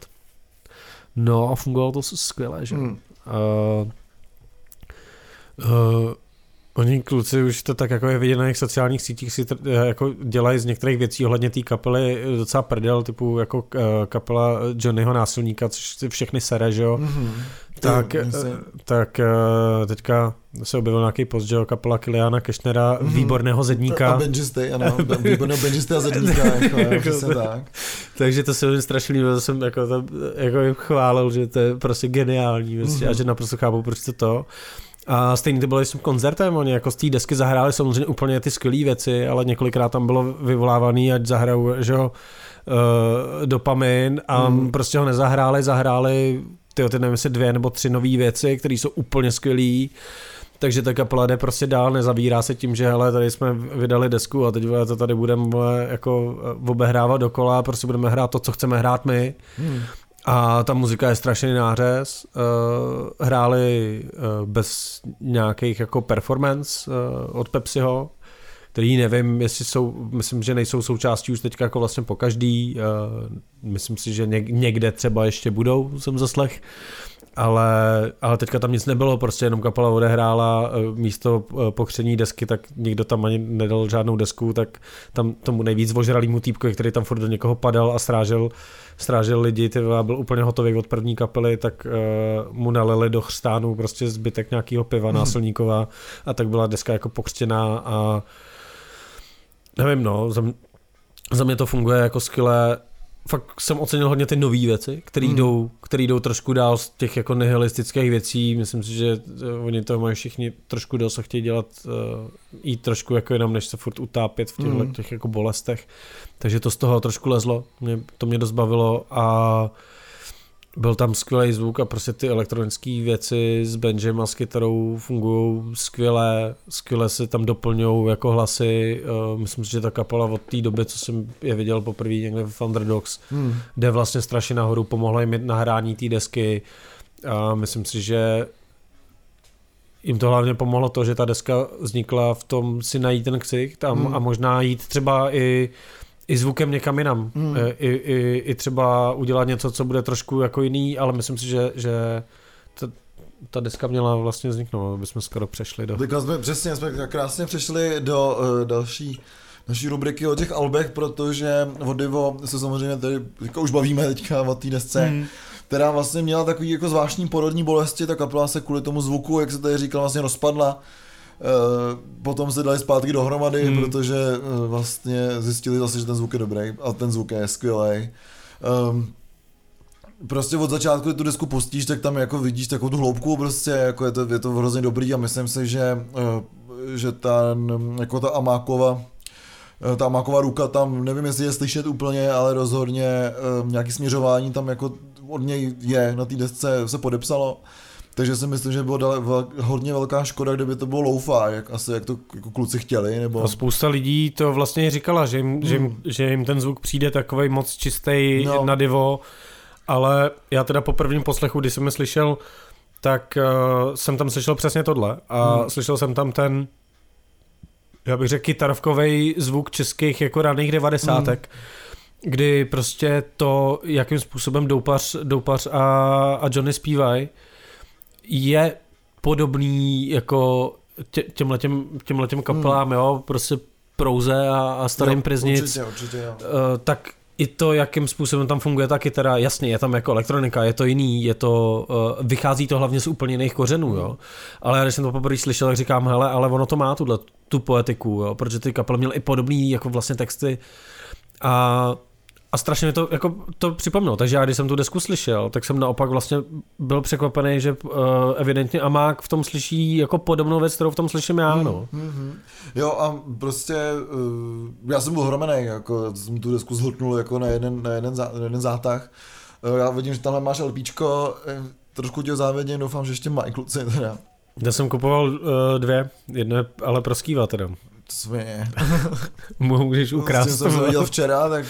No a fungovalo to skvěle, že? Hmm. Uh, uh, Oni kluci už to tak jako je vidět na jejich sociálních sítích, si t- jako dělají z některých věcí ohledně té kapely docela prdel, typu jako uh, kapela Johnnyho Násilníka, což si všechny sere, že jo. Mm-hmm. Tak, uh, tak uh, teďka se objevil nějaký post, že jo, kapela Kiliana Kešnera, mm-hmm. výborného zedníka. A Benjisty, ano, výborného Benjisty a zedníka, jako, jako tak. Takže to se mi strašně líbilo, jsem jako, tam, jako jim chválil, že to je prostě geniální mm-hmm. a že naprosto chápu, proč to to. A stejně to bylo i s tím koncertem, oni jako z té desky zahráli samozřejmě úplně ty skvělé věci, ale několikrát tam bylo vyvolávaný, ať zahrajou, že jo, uh, dopamin a mm. prostě ho nezahráli, zahráli tyjo, ty nevím, jestli dvě nebo tři nové věci, které jsou úplně skvělý, takže ta kapela jde prostě dál, nezavírá se tím, že hele, tady jsme vydali desku a teď to tady budeme jako obehrávat dokola, prostě budeme hrát to, co chceme hrát my. Mm. A ta muzika je strašný nářez, uh, hráli uh, bez nějakých jako performance uh, od Pepsiho, který nevím, jestli jsou, myslím, že nejsou součástí už teďka jako vlastně po každý, uh, myslím si, že něk- někde třeba ještě budou, jsem zaslech, ale, ale teďka tam nic nebylo, prostě jenom kapela odehrála místo pokření desky, tak nikdo tam ani nedal žádnou desku, tak tam tomu nejvíc ožralýmu týpkovi, který tam furt do někoho padal a strážil, strážil lidi, tyva, byl úplně hotový od první kapely, tak uh, mu nalili do chřtánu prostě zbytek nějakého piva hmm. násilníková a tak byla deska jako pokřtěná a nevím, no, za, za mě to funguje jako skvěle. Fakt jsem ocenil hodně ty nové věci, které hmm. jdou, který jdou trošku dál z těch jako nihilistických věcí. Myslím si, že oni to mají všichni trošku dost a chtějí dělat, uh, jít trošku jako jenom, než se furt utápět v těchto, hmm. těch jako bolestech. Takže to z toho trošku lezlo, mě, to mě dost bavilo a byl tam skvělý zvuk a prostě ty elektronické věci s banjem a s kytarou fungují skvěle, skvěle se tam doplňují jako hlasy. Uh, myslím si, že ta kapela od té doby, co jsem je viděl poprvé někde v Thunderdogs, hmm. jde vlastně strašně nahoru, pomohla jim nahrání té desky a myslím si, že jim to hlavně pomohlo to, že ta deska vznikla v tom si najít ten ksicht tam hmm. a možná jít třeba i i zvukem někam jinam. Hmm. I, i, I třeba udělat něco, co bude trošku jako jiný, ale myslím si, že, že ta, ta deska měla vlastně vzniknout, aby jsme skoro přešli do... Teďka jsme, přesně, jsme krásně přešli do uh, další naší rubriky o těch albech, protože o Divo se samozřejmě tady jako už bavíme teďka o té desce, hmm. která vlastně měla takový jako zvláštní porodní bolesti, ta kapela se kvůli tomu zvuku, jak se tady říkal, vlastně rozpadla. Potom se dali zpátky dohromady, hmm. protože vlastně zjistili zase, že ten zvuk je dobrý a ten zvuk je skvělej. Um, prostě od začátku, když tu desku pustíš, tak tam jako vidíš takovou tu hloubku, prostě jako je to, je to hrozně dobrý a myslím si, že, že ta, jako ta Amákova ta Amákova ruka tam, nevím, jestli je slyšet úplně, ale rozhodně nějaký směřování tam jako od něj je, na té desce se podepsalo. Takže si myslím, že bylo dale, vel, hodně velká škoda, kdyby to bylo lo-fi, jak, asi jak to jako kluci chtěli. Nebo... A spousta lidí to vlastně říkala, že jim, hmm. že jim, že jim ten zvuk přijde takovej moc čistý no. na Divo, ale já teda po prvním poslechu, když jsem je slyšel, tak uh, jsem tam slyšel přesně tohle a hmm. slyšel jsem tam ten, já bych řekl, kytarovkovej zvuk českých jako raných devadesátek, hmm. kdy prostě to, jakým způsobem Doupař, Doupař a, a Johnny zpívají, je podobný jako tě, těmhletěm, těmhletěm kapelám, hmm. jo, prostě Prouze a, a Starým Priznic. Určitě, určitě, jo. Uh, tak i to, jakým způsobem tam funguje ta kytara, jasně, je tam jako elektronika, je to jiný, je to, uh, vychází to hlavně z úplně jiných kořenů, jo. Ale když jsem to poprvé slyšel, tak říkám, hele, ale ono to má tuhle, tu poetiku, jo, protože ty kapely měly i podobný jako vlastně texty a A strašně mi to, jako, to připomnělo, takže já když jsem tu desku slyšel, tak jsem naopak vlastně byl překvapený, že uh, evidentně Amák v tom slyší jako podobnou věc, kterou v tom slyším já, no. Mm-hmm. Jo a prostě uh, já jsem byl hromený, jako jsem tu desku zhltnul jako na jeden, na jeden, zá, na jeden zátah. Uh, já vidím, že tamhle máš LPčko, trošku tě závědně, doufám, že ještě mají kluci teda. Já jsem kupoval uh, dvě, jedno je ale pro Skýva teda. Svině. Můžeš ukrást. S tím jsem se viděl včera, tak...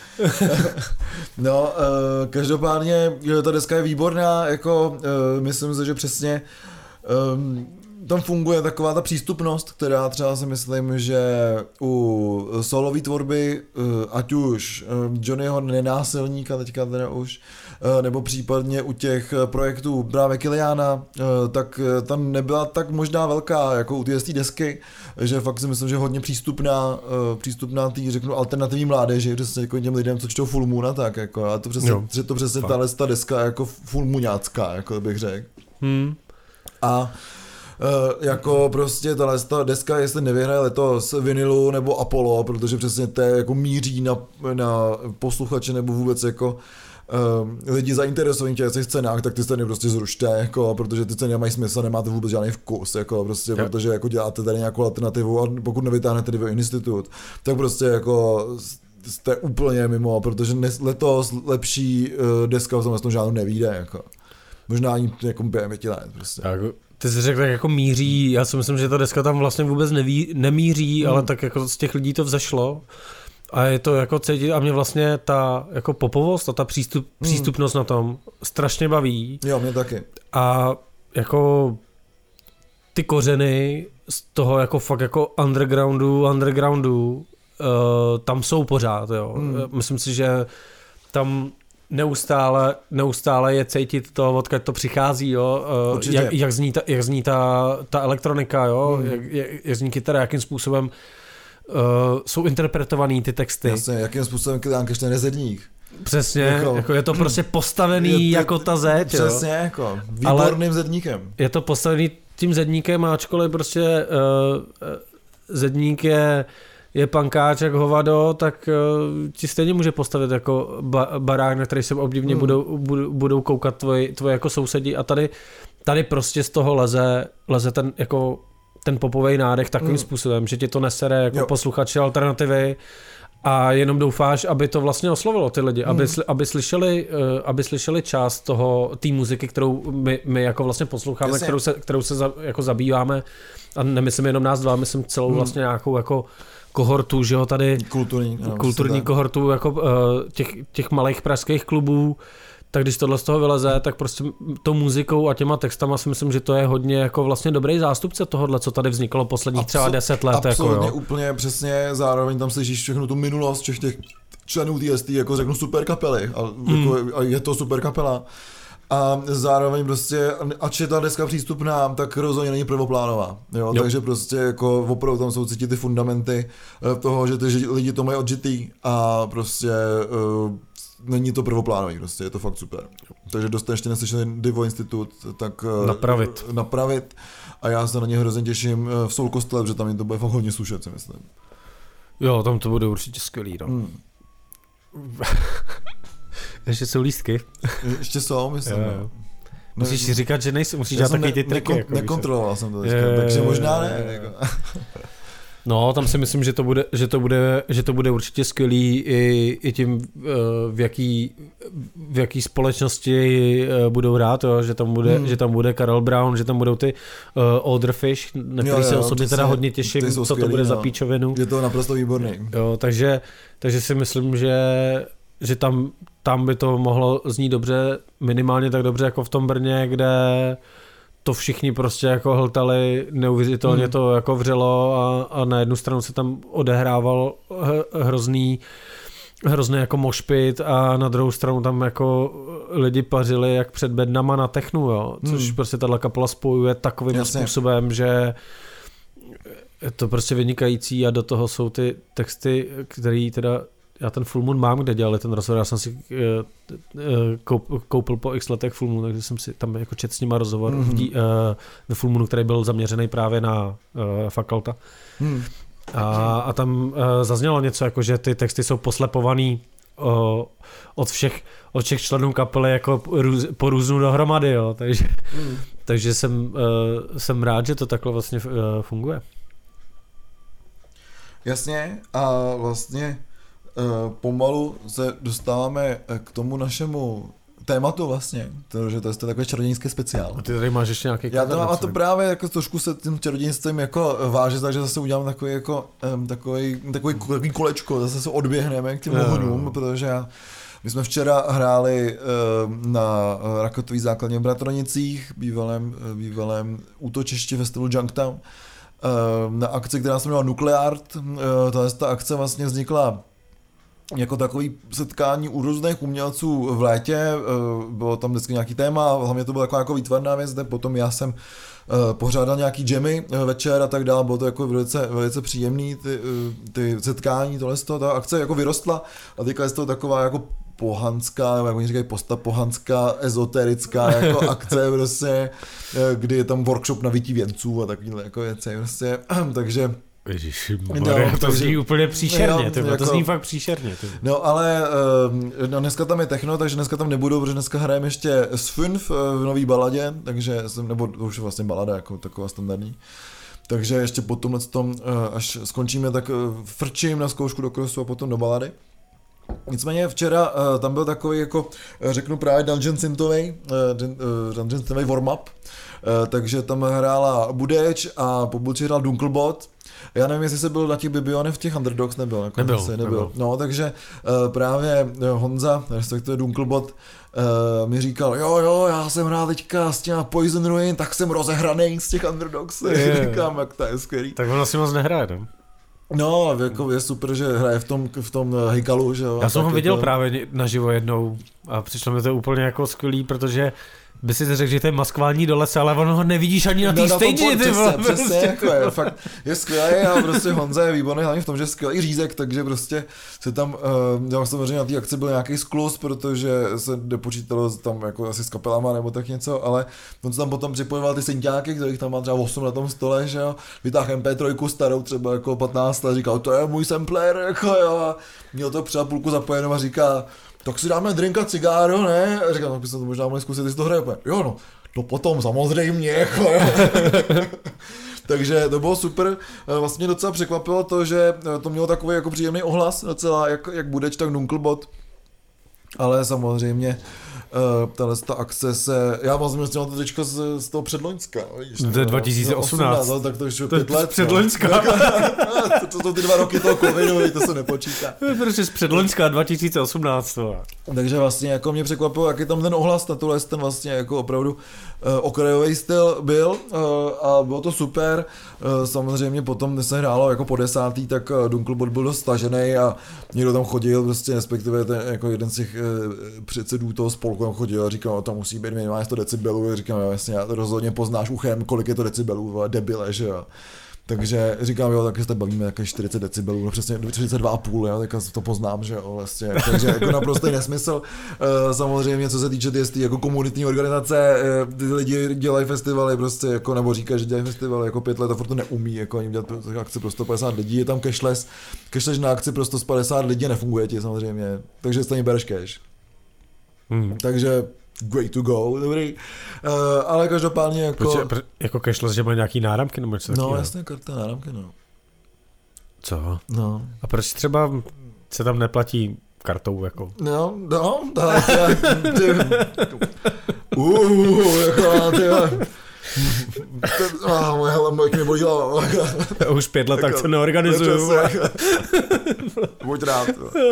No, uh, každopádně ta deska je výborná, jako uh, myslím si, že přesně um, tam funguje taková ta přístupnost, která třeba si myslím, že u solový tvorby, uh, ať už uh, Johnnyho Nenásilníka teďka teda už, uh, nebo případně u těch projektů právě Kiliana, uh, tak uh, tam nebyla tak možná velká jako u té desky, že fakt si myslím, že hodně přístupná, uh, přístupná tý, řeknu, alternativní mládeži, přesně jako těm lidem, co čtou Full Moon a tak, jako, a to přesně, že to přesně tahle ta deska jako full moonácká, jako bych řekl. Hmm. A Uh, jako prostě tahle deska, jestli nevyhraje letos Vinilu nebo Apollo, protože přesně to jako míří na, na posluchače nebo vůbec jako uh, lidi zainteresovaní těch scénách, tak ty scény prostě zrušte, jako, protože ty scény nemají smysl, nemáte vůbec žádný vkus, jako, prostě, yeah. protože jako děláte tady nějakou alternativu a pokud nevytáhnete Divo Institut, tak prostě jako jste úplně mimo, protože letos lepší uh, deska v tom žádnou nevíde, jako. Možná ani jako během pěti let, prostě. Jako, ty jsi řekl, tak jako míří, já si myslím, že ta deska tam vlastně vůbec neví, nemíří, hmm. ale tak jako z těch lidí to vzešlo a je to jako cítit a mě vlastně ta jako popovost a ta přístup, hmm. přístupnost na tom strašně baví. Jo, mě taky. A jako ty kořeny z toho jako fakt jako undergroundu, undergroundu uh, tam jsou pořád, jo. Hmm. Myslím si, že tam neustále, neustále je cítit to, odkud to přichází, jo, jak, jak zní, ta, jak zní ta, ta elektronika, jo, hmm. jak, jak, jak zní kytara, jakým způsobem uh, jsou interpretovaný ty texty. Jasně, jakým způsobem kytánkaš ten rezerník. Přesně, jako, jako je to prostě postavený je to, jako ta zeď. Přesně, jo. jako výborným ale zedníkem. Je to postavený tím zedníkem, ačkoliv prostě uh, zedník je je pankáč jak hovado, tak uh, ti stejně může postavit jako ba- barák, na který se obdivně hmm. budou, budou, budou koukat tvoji, tvoji jako sousedí a tady, tady prostě z toho leze, leze ten, jako, ten popovej nádech takovým hmm. způsobem, že ti to nesere jako jo. posluchači alternativy a jenom doufáš, aby to vlastně oslovilo ty lidi, hmm. aby, aby, slyšeli, uh, aby slyšeli část toho, té muziky, kterou my, my jako vlastně posloucháme, Jasně. kterou se, kterou se za, jako zabýváme a nemyslím jenom nás dva, myslím celou hmm. vlastně nějakou jako kohortu, že jo, tady kulturní, no, kulturní kohortu jako uh, těch, těch malých pražských klubů, tak když tohle z toho vyleze, tak prostě tou muzikou a těma textama si myslím, že to je hodně jako vlastně dobrý zástupce tohohle, co tady vzniklo posledních Absol- třeba deset let. Absolutně, jako, jo. úplně přesně, zároveň tam slyšíš všechno tu minulost všech těch členů T S T, jako řeknu super kapely a, mm. jako, a je to super kapela. A zároveň prostě, ač je ta deska přístupná, tak rozhodně není prvoplánová. Jo? Jo. Takže prostě jako opravdu tam jsou cítit ty fundamenty toho, že ty lidi to mají odžitý a prostě uh, není to prvoplánový, prostě je to fakt super. Takže dost ještě neslyšeli Divo Institut, tak uh, napravit. napravit. A já se na ně hrozně těším v Soul Kostele, protože tam jim to bude fakt hodně slušet, si myslím. Jo, tam to bude určitě skvělý. No. Hmm. Ještě jsou lístky. Ještě jsou, myslím. Jo, jo. Musíš si říkat, že nejsou, musíš dělat takový ty triky. Nekon, jako, nekontroloval jsem to teďka, takže možná ne. Jako. No, tam si myslím, že to bude, že to bude, že to bude určitě skvělý i, i tím, v jaký, v jaký společnosti budou hrát, jo? Že, tam bude, hmm. že tam bude Karel Brown, že tam budou ty uh, Older Fish, na který jo, se jo, osobně teda hodně těším, co skvělý, to bude no. za píčovinu. Je to naprosto výborný. Jo, takže, takže si myslím, že že tam, tam by to mohlo znít dobře, minimálně tak dobře jako v tom Brně, kde to všichni prostě jako hltali, neuvěřitelně hmm. to jako vřelo a, a na jednu stranu se tam odehrával hrozný hrozný jako mošpit a na druhou stranu tam jako lidi pařili jak před bednama na technu, jo, což hmm. prostě tato kapela spojuje takovým Jasně. způsobem, že je to prostě vynikající a do toho jsou ty texty, které teda já ten Full Moon mám, kde dělali ten rozhovor, já jsem si uh, koupil po x letech Full Moon, takže jsem si tam jako čet s nima rozhovor mm-hmm. v dí, uh, ve Full Moonu, který byl zaměřený právě na uh, fakulta. Mm. A, a tam uh, zaznělo něco, jako že ty texty jsou poslepovaný uh, od všech, od všech členů kapely jako růz, po různu dohromady, jo, takže, mm. takže jsem, uh, jsem rád, že to takhle vlastně uh, funguje. Jasně a vlastně Uh, pomalu se dostáváme k tomu našemu tématu vlastně, protože to je takový čarodějnický speciál. A ty tady máš ještě nějaký Já to mám a to právě jako trošku se tím čarodějstvím jako váže, takže zase udělám takový jako um, takový, takový, takový kolečko, zase se odběhneme k těm hodům, protože já, my jsme včera hráli uh, na raketový základně v Bratronicích, bývalém, bývalém útočišti festivalu Junktown, uh, na akci, která se jmenovala Nucleart. Uh, ta akce vlastně vznikla jako takový setkání u různých umělců v létě, bylo tam vždycky nějaký téma, hlavně to byla taková jako výtvarná věc, potom já jsem pořádal nějaký jammy večer a tak dále, bylo to jako velice, velice příjemný, ty, ty setkání, tohle z toho, ta akce jako vyrostla a teďka je to taková jako pohanská, nebo jak oni říkají, postapohanská, ezoterická jako akce prostě, kdy je tam workshop na vytí věnců a takovýhle jako věci prostě, takže Ježišmarja, no, to zní úplně příšerně, no, jako, to zní fakt příšerně. Tyba. No ale no, dneska tam je techno, takže dneska tam nebudou, protože dneska hrajeme ještě s Fünf v nový baladě, takže jsem, nebo to už je vlastně balada jako taková standardní. Takže ještě po tomhle tom, až skončíme, tak frčím na zkoušku do crossu a potom do balady. Nicméně včera uh, tam byl takový, jako řeknu právě Dungeon Synthovej, uh, Dungeon Synthovej warm-up, uh, takže tam hrála Budeč a po Bulči hrál Dunkelbot. Já nevím, jestli jsi byl na těch Bibionech v těch Underdogs, nebyl. Jako nebyl, nebyl. nebyl. No, takže uh, právě Honza, respektive Dunkelbot, uh, mi říkal, jo, jo, já jsem hrál teďka s těma Poison Ruin, tak jsem rozehranej z těch Underdogs. Je. Říkám, jak to je skvělý. Tak on asi moc nehraje, ne? No, jako je super, že hraje v tom, v tom hejkalu, že jo. Já jsem ho viděl jako... právě naživo jednou a přišlo mi to úplně jako skvělý, protože by si řekl, že to je maskování do lesa, ale ono ho nevidíš ani na té no, stage, ty vole. Přesně, přesně jako je, fakt je skvělý a prostě Honza je výborný hlavně v tom, že je skvělý řízek, takže prostě se tam, uh, já samozřejmě na té akci byl nějaký skluz, protože se nepočítalo tam jako asi s kapelama nebo tak něco, ale on se tam potom připojoval ty synťáky, kterých tam má třeba osm na tom stole, že jo, vytáhl em pé tři starou třeba jako patnáct a říkal, to je můj sampler, jako jo, a měl to třeba půlku zapojenou a říká, tak si dáme drink a cigáro, ne? A říkám, tak bychom to možná mohli zkusit, jestli to hraje. Jo no, to potom samozřejmě, jako jo. Takže to bylo super, vlastně docela překvapilo to, že to mělo takový jako příjemný ohlas, docela jak, jak Budeč, tak Dunkelbot. Ale samozřejmě Uh, tahle ta akce se, já vlastně měl to teďka z, z toho předloňska. To je dva tisíce osmnáct. No, tak to už je to pět let. Předloňska. No. to, to jsou ty dva roky toho covidu, to se nepočítá. To je prostě z předloňska dva tisíce osmnáct. To. Takže vlastně jako mě překvapilo, jaký tam ten ohlas na tohle ten vlastně jako opravdu uh, okrajový styl byl uh, a bylo to super. Uh, samozřejmě potom, když se hrálo jako po desátý, tak uh, Dunkelbot byl dost stažený a někdo tam chodil, prostě respektive ten, jako jeden z těch uh, předsedů toho spolku chodil a říkal, to musí být minimálně sto decibelů, říkám, jo, jasně, já to rozhodně poznáš uchem, kolik je to decibelů, debile, že jo. Takže říkám, jo, tak se tady bavíme jako čtyřicet decibelů, no přesně čtyřicet dva a půl, jo, tak to poznám, že jo, vlastně, takže jako naprostý nesmysl. Samozřejmě, co se týče ty jako komunitní organizace, ty lidi dělají festivaly prostě, jako, nebo říkají, že dělají festivaly jako pět let a furt to neumí, jako jim dělat akci pro sto padesát lidí, je tam cashless, cashless na akci pro sto padesát lidí nefunguje ti samozřejmě, takže stejně bereš cash. Hmm. Takže great to go, dobrý. Uh, ale každopádně jako... Proč, pro, jako cashless, že mají nějaký náramky nebo něco takového? No jasně, karta náramky, no. Co? No. A proč třeba se tam neplatí kartou, jako? No, no, tak, ty... Uuuu, jako, ty... Ah, moje hlava, jak mě bolí hlava. Už pět let tak se neorganizuju. Buď rád.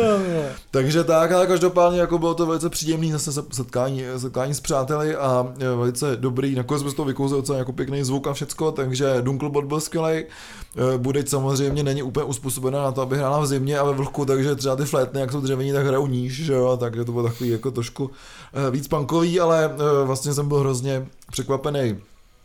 Takže tak, ale každopádně jako bylo to velice příjemný zase setkání, setkání s přáteli a velice dobrý. Nakonec jsme z toho vykouzli docela jako pěkný zvuk a všecko, takže Dunkelbot byl skvělej. Budeť samozřejmě není úplně uspůsobená na to, aby hrála v zimě a ve vlhku, takže třeba ty flétny, jak jsou dřevění, tak hrajou níž, že jo, takže to bylo takový jako trošku víc punkový, ale vlastně jsem byl hrozně překvapený.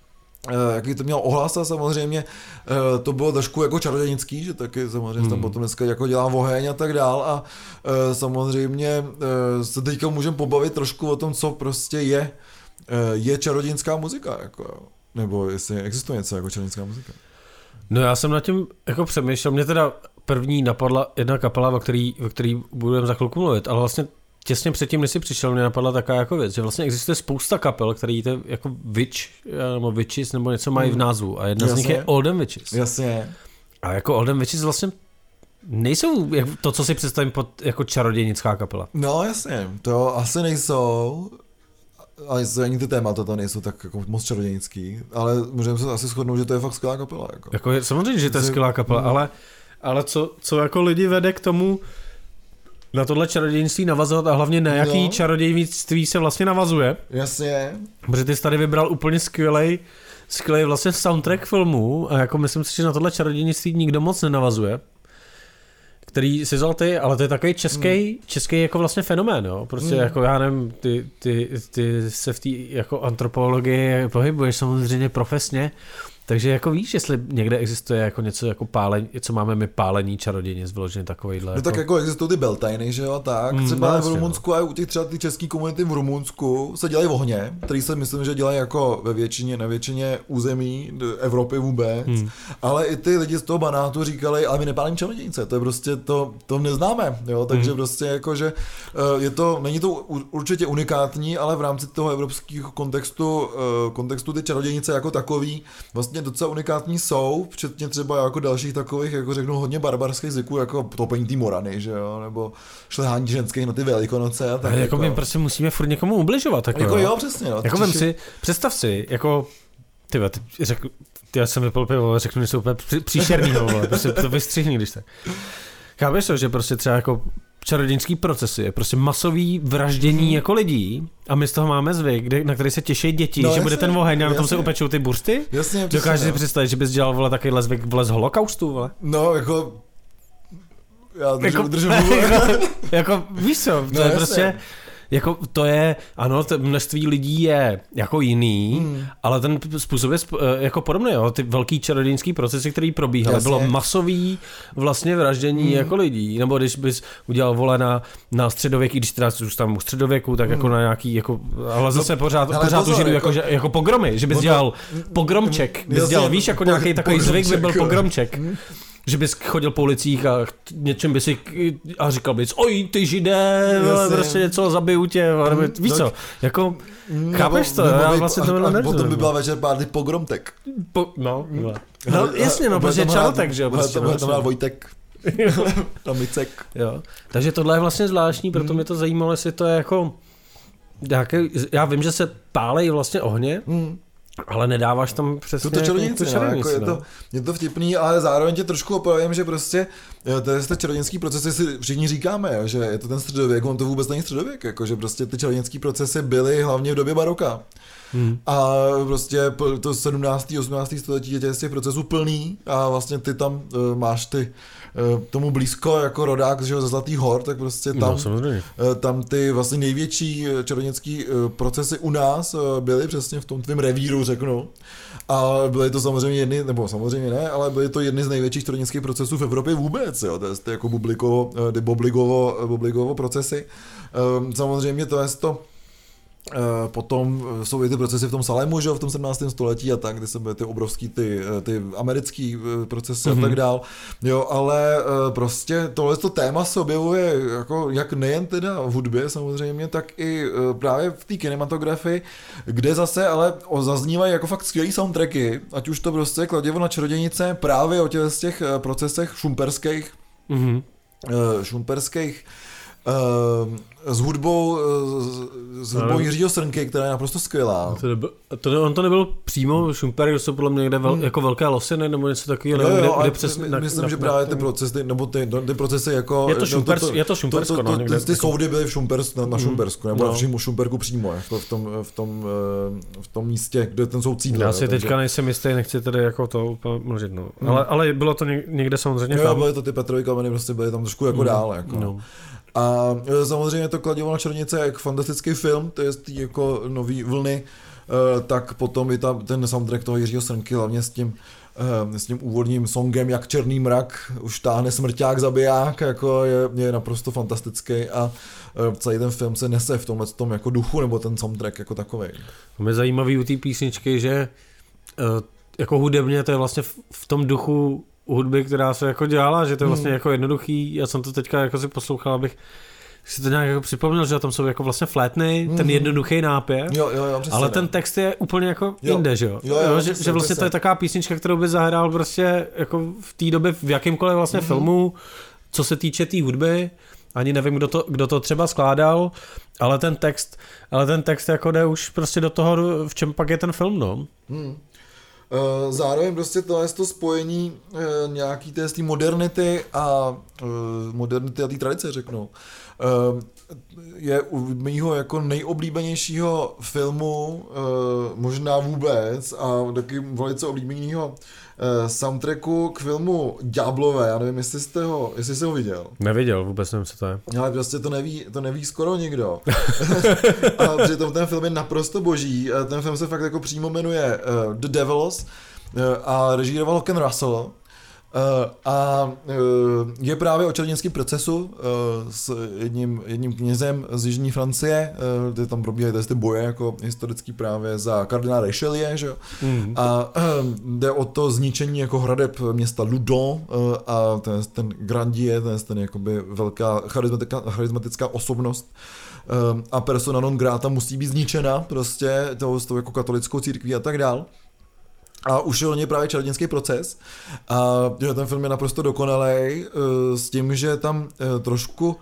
Jaký to měl ohlas a samozřejmě to bylo trošku jako čarodějnický, že taky samozřejmě hmm. tam potom dneska jako dělá oheň a tak dál a samozřejmě se teďka můžeme pobavit trošku o tom, co prostě je, je čarodějnická muzika, jako, nebo jestli existuje něco jako čarodějnická muzika. No já jsem nad tím jako přemýšlel, mě teda první napadla jedna kapela, o který, o který budeme za chvilku mluvit, ale vlastně těsně předtím, než si přišel, mě napadla taková jako věc, že vlastně existuje spousta kapel, který to jako Witch, nebo Witches, nebo něco mají v názvu a jedna Jasně. z nich je Oldham Witches. Jasně. A jako Oldham Witches vlastně nejsou to, co si představím pod jako čarodějnická kapela. No jasně, to asi nejsou, ale ani ty témata to nejsou tak jako moc čarodějnický, ale můžeme se asi shodnout, že to je fakt skvělá kapela. Jako, jako je, samozřejmě, že to je skvělá kapela, mm. ale, ale co, co jako lidi vede k tomu, na tohle čarodějnictví navazovat a hlavně na jaký no. čarodějnictví se vlastně navazuje. Jasně. Protože ty jsi tady vybral úplně skvělej, skvělej vlastně soundtrack filmu a jako myslím si, že na tohle čarodějnictví nikdo moc nenavazuje. Který si vzal ty, ale to je takový český, hmm. český jako vlastně fenomén, jo. Prostě hmm. jako já nevím, ty, ty, ty se v té jako antropologii pohybuješ samozřejmě profesně, takže jako víš, jestli někde existuje jako něco jako pálení, co máme my pálení čarodějnic, vyloženě takovýhle. No jako... tak jako existují ty beltajny, že jo, tak. Mm, třeba vlastně, v Rumunsku a u těch třeba ty český komunity v Rumunsku se dělají ohně, který se myslím, že dělají jako ve většině, na většině území Evropy vůbec, mm. ale i ty lidi z toho Banátu říkali, ale my nepálíme čarodějnice, to je prostě, to, to neznáme, jo, takže mm. prostě jako, že je to, není to určitě unikátní, ale v rámci toho evropského kontextu, kontextu ty čarodějnice jako takový vlastně docela unikátní jsou, včetně třeba jako dalších takových, jako řeknu, hodně barbarských zvyků, jako topení té morany, že jo, nebo šlehání ženských na ty velikonoce a tak. Ale jako, jako my prostě musíme furt někomu ubližovat, tak jako jo. jo, přesně, no. Jako vem si, představ si, jako, tyhle, ty řekl, ty já jsem vypil pivo, řeknu něco úplně příšernýho, prostě to vystřihni, když tak. Chápeš to, že prostě třeba jako čarodějnický procesy, je prostě masový vraždění hmm. jako lidí a my z toho máme zvyk, kde, na který se těší děti, no, že jasně, bude ten oheň a na tom se upečou ty bursty. Jasně, dokážeš si no. představit, že bys dělal vole takovýhle zvyk vole z holokaustu, vole? No, jako... Já držím, jako, držím jako, jako, víš co, to no, je jasně. prostě... Jako to je, ano, to množství lidí je jako jiný, hmm. ale ten způsob je jako podobný, jo. Ty velký čarodějnický procesy, který probíhaly, jasně. bylo masový vlastně vraždění hmm. jako lidí, nebo když bys udělal vole na, na středověký, když teda zůstávám u středověku, tak hmm. jako na nějaký, jako, ale zase no, pořád, pořád tu žiju jako, jako, jako pogromy, že bys dělal pogromček, bys jasně, dělal, víš, jako po, nějaký takový zvyk by byl pogromček. Hmm. Že bys chodil po ulicích a něčem by si a říkal bys, oj ty židé, prostě něco zabiju tě, mm, víš co, jako, chápeš to, já vlastně to nevím. Potom by byla večer párty pogromtek. Po, no, no, no jasně, no, protože je čarotek, že jo. Prostě to byl Vojtek. Tomicek. Jo, takže tohle je vlastně zvláštní, proto mě to zajímalo, jestli to je jako, nějaký, já vím, že se pálej vlastně ohně, ale nedáváš tam přesně to čarodějnici, tu no, jako je, to, je to vtipný, ale zároveň tě trošku opravím, že prostě ty čarodějnický procesy si všichni říkáme, že je to ten středověk, on to vůbec není středověk, jako, že prostě ty čarodějnický procesy byly hlavně v době baroka. Hmm. A prostě to sedmnáctého osmnáctého století je z těch procesů plný a vlastně ty tam uh, máš ty uh, tomu blízko jako rodák, že jo, ze Zlatých hor, tak prostě tam, no, uh, tam ty vlastně největší čarodějnický uh, procesy u nás uh, byly přesně v tom tvém revíru, řeknu. A byly to samozřejmě jedny, nebo samozřejmě ne, ale byly to jedny z největších čarodějnických procesů v Evropě vůbec, jo, to je to jako Bubligovo, Bobligovo, Bobligovo procesy. Um, samozřejmě to je to potom jsou i ty procesy v tom Salému, že v tom sedmnáctém století a tak, kde se byly ty obrovský ty, ty americký procesy mm-hmm. a tak dál. Jo, ale prostě tohleto téma se objevuje jako jak nejen teda v hudbě samozřejmě, tak i právě v té kinematografii, kde zase ale zaznívají jako fakt skvělý soundtracky, ať už to prostě Kladivo na čarodějnice právě o těch, z těch procesech šumperských, mm-hmm. šumperských Uh, s hudbou, uh, s hudbou Jiřího Srnky, která je naprosto skvělá. To, nebyl, to, on to nebyl přímo Šumperk, to jsou podle mě někde vel, hmm. jako velké losiny nebo něco takového. Jo, jo, kde, kde přes, my, na, myslím, na, že právě ty procesy, nebo ty, ty procesy jako... Je to, šumpers, no, to, to, je to Šumpersko, to, to, no, to, někde. Ty soudy byly v Šumpers, na, na Šumpersku, nebo no. v Šumperku přímo, v tom, v tom, v tom místě, kde ten soud sídlil. Já si teďka nejsem jistý, nechci tady jako to mlžit, no. Hmm. Ale, ale bylo to někde samozřejmě jo, tam. Byly to ty Petrovy kameny, prostě byly tam trošku jako dál, jako. A samozřejmě to Kladivo na čarodějnice jak fantastický film, to je z té jako nový vlny, tak potom i tam ten soundtrack toho Jiřího Srnky, hlavně s tím, s tím úvodním songem Jak černý mrak, už táhne smrťák zabiják, jako je, je naprosto fantastický a celý ten film se nese v tomhle tom jako duchu, nebo ten soundtrack jako takovej. To je zajímavý u té písničky, že jako hudebně to je vlastně v tom duchu hudby, která se jako dělala, že to je vlastně hmm. jako jednoduchý, já jsem to teďka jako si poslouchal, abych si to nějak jako připomněl, že tam jsou jako vlastně flétny, hmm. ten jednoduchý nápěv, jo, jo, jo, ale ten text je úplně jako jo. jinde, že jo, jo, jo, jo že, že vlastně to je taková písnička, kterou by zahrál prostě jako v té době v jakýmkoliv vlastně hmm. filmu, co se týče té tý hudby, ani nevím, kdo to, kdo to třeba skládal, ale ten text, ale ten text jako jde už prostě do toho, v čem pak je ten film, no. Hmm. Zároveň prostě to je to spojení nějaký té modernity a modernity a té tradice, řeknu. Je u mýho jako nejoblíbenějšího filmu možná vůbec a taky velice oblíbeného soundtracku k filmu Ďáblové, já nevím, jestli jste ho, jestli jste ho viděl. Neviděl, vůbec nevím, co to je. Ale prostě to neví, to neví skoro nikdo. A přitom ten film je naprosto boží, ten film se fakt jako přímo jmenuje uh, The Devils uh, a režíroval Ken Russell. Uh, a uh, je právě o čarodějnickém procesu uh, s jedním, jedním knězem z jižní Francie, uh, kde tam probíhají ty boje jako historický právě za kardinála Richelieu, že jo? Mm. A uh, jde o to zničení jako hradeb města Loudun uh, a ten, ten Grandier, ten, ten jakoby velká charizmatická, charizmatická osobnost uh, a persona non grata musí být zničena prostě tou, s tou jako katolickou církví a tak dál. A už je o něj právě čarodějnický proces a ten film je naprosto dokonalej s tím, že tam trošku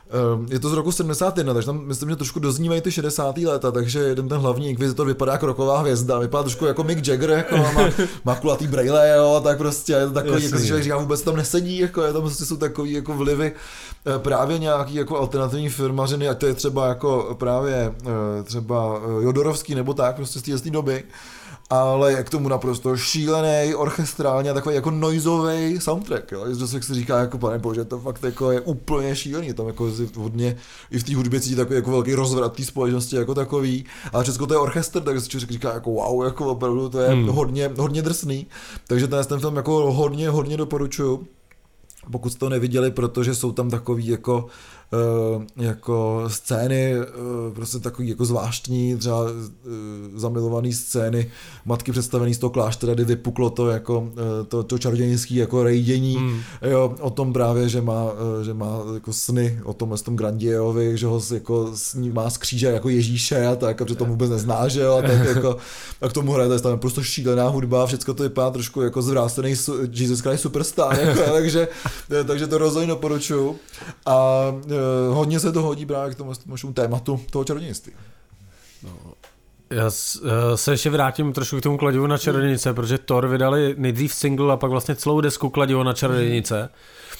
Je to z roku sedmdesát jedna, takže tam myslím, že trošku doznívají ty šedesátá léta, takže jeden ten hlavní inkvizitor vypadá jako rocková hvězda, vypadá trošku jako Mick Jagger, jako má, má kulatý brejle, jo, tak prostě je to takový, jako si člověk říká, vůbec tam nesedí, jako je tam prostě jsou takový jako vlivy právě nějaký jako alternativní firmařiny, ať to je třeba jako právě třeba Jodorovský nebo tak, prostě z té doby. Ale je k tomu naprosto šílený, orchestrální a takový jako noizový soundtrack, jo, že si říká jako pane bože, to fakt jako je úplně šílený, tam jako hodně i v té hudbě cítí takový jako velký rozvrat té společnosti jako takový, ale všechno to je orchestr, takže si člověk říká jako wow, jako opravdu to je hmm. hodně, hodně drsný, takže ten, ten film jako hodně, hodně doporučuju, pokud jste to neviděli, protože jsou tam takový jako Uh, jako scény, uh, prostě takový jako zvláštní, třeba uh, zamilovaný scény matky představený z toho kláštera, kdy vypuklo to jako uh, to, to čarodějnický jako rejdění, mm. jo, o tom právě, že má, uh, že má jako sny o tom, o tom Grandierovi, že ho jako sní, má z kříže jako Ježíše a tak, a přitom vůbec nezná, že jo, a tak jako a k tomu hraje, to je tam prostě šílená hudba, všechno to vypadá trošku jako zvrácený Jesus Christ Superstar, jako, takže, takže to rozhodně doporučuju a Uh, hodně se to hodí právě k tomu, tomu tématu toho čarodějnictví. No, já se ještě vrátím trošku k tomu Kladivu na čarodějnice, protože Thor vydali nejdřív single a pak vlastně celou desku Kladivo na čarodějnice.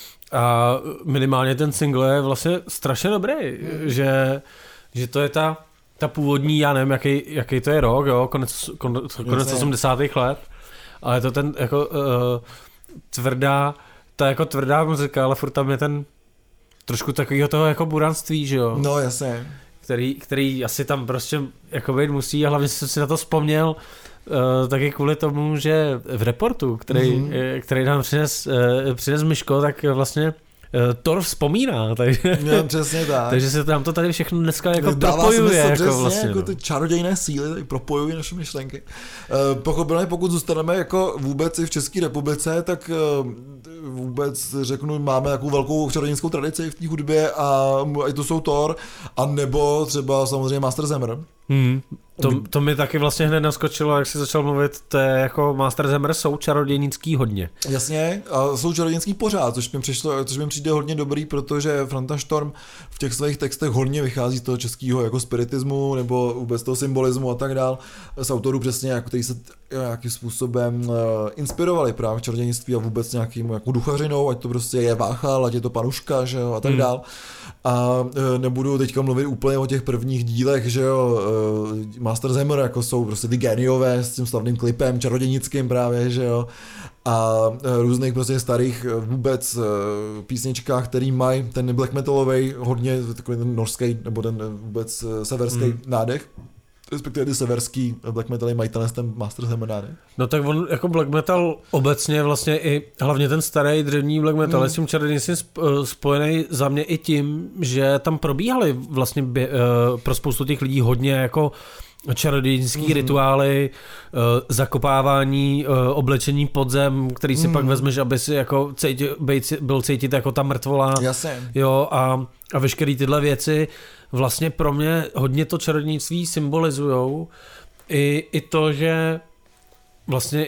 A minimálně ten single je vlastně strašně dobrý, že, že to je ta, ta původní, já nevím, jaký, jaký to je rok, jo, konec, konec, konec osmdesátých let, ale je to ten jako uh, tvrdá, ta jako tvrdá muzika, ale furt tam je ten trošku takového toho jako buranství, že jo? No jasně. Který, který asi tam prostě jako být musí a hlavně jsem si na to vzpomněl uh, taky kvůli tomu, že v reportu, který, mm-hmm. který nám přines, uh, přines Myško, tak vlastně uh, Thor vzpomíná, takže, no, přesně tak. takže se tam to tady všechno dneska jako dává propojuje. Smysl, jako přesně, vlastně, jako no. ty čarodějné síly tady propojují naše myšlenky. Uh, pochopitelně, pokud zůstaneme jako vůbec i v České republice, tak uh, vůbec řeknu, máme takovou velkou čarodějnickou tradici v té hudbě a i to jsou Thor, a nebo třeba samozřejmě Master Zemr. Hmm. To, to mi taky vlastně hned naskočilo, jak jsi začal mluvit, to je jako Master Zemr jsou čarodějnický hodně. Jasně, a jsou čarodějnický pořád, což mi, přišlo, což mi přijde hodně dobrý, protože Franta Storm v těch svých textech hodně vychází z toho českého jako spiritismu nebo vůbec toho symbolismu a tak dál, z autorů přesně, jako který se nějakým způsobem uh, inspirovali právě v čarodějnictví a vůbec nějakým jako duchařinou, ať to prostě je Váchal, ať je to Panuška, že jo, a tak hmm. dál. A uh, nebudu teďka mluvit úplně o těch prvních dílech, že jo, uh, Master Zemr, jako jsou prostě ty geniové s tím slavným klipem čarodějnickým právě, že jo, a různých prostě starých vůbec písničkách, který mají ten black metalový hodně takový ten norský nebo ten vůbec severský hmm. nádech. Respektive ty severský black metaly mají ten Master Zemr nádech. No tak on jako black metal obecně vlastně i hlavně ten starý dřevní black metal je s tím čarodějnictvím spojený za mě i tím, že tam probíhaly vlastně bě, uh, pro spoustu těch lidí hodně jako čarodějnický mm. rituály, uh, zakopávání, uh, oblečení pod zem, který si mm. pak vezmeš, aby si jako cítil, byl cítit jako ta mrtvola. Jasně. Jo, a, a veškeré tyhle věci vlastně pro mě hodně to čarodějnictví symbolizujou. I, i to, že vlastně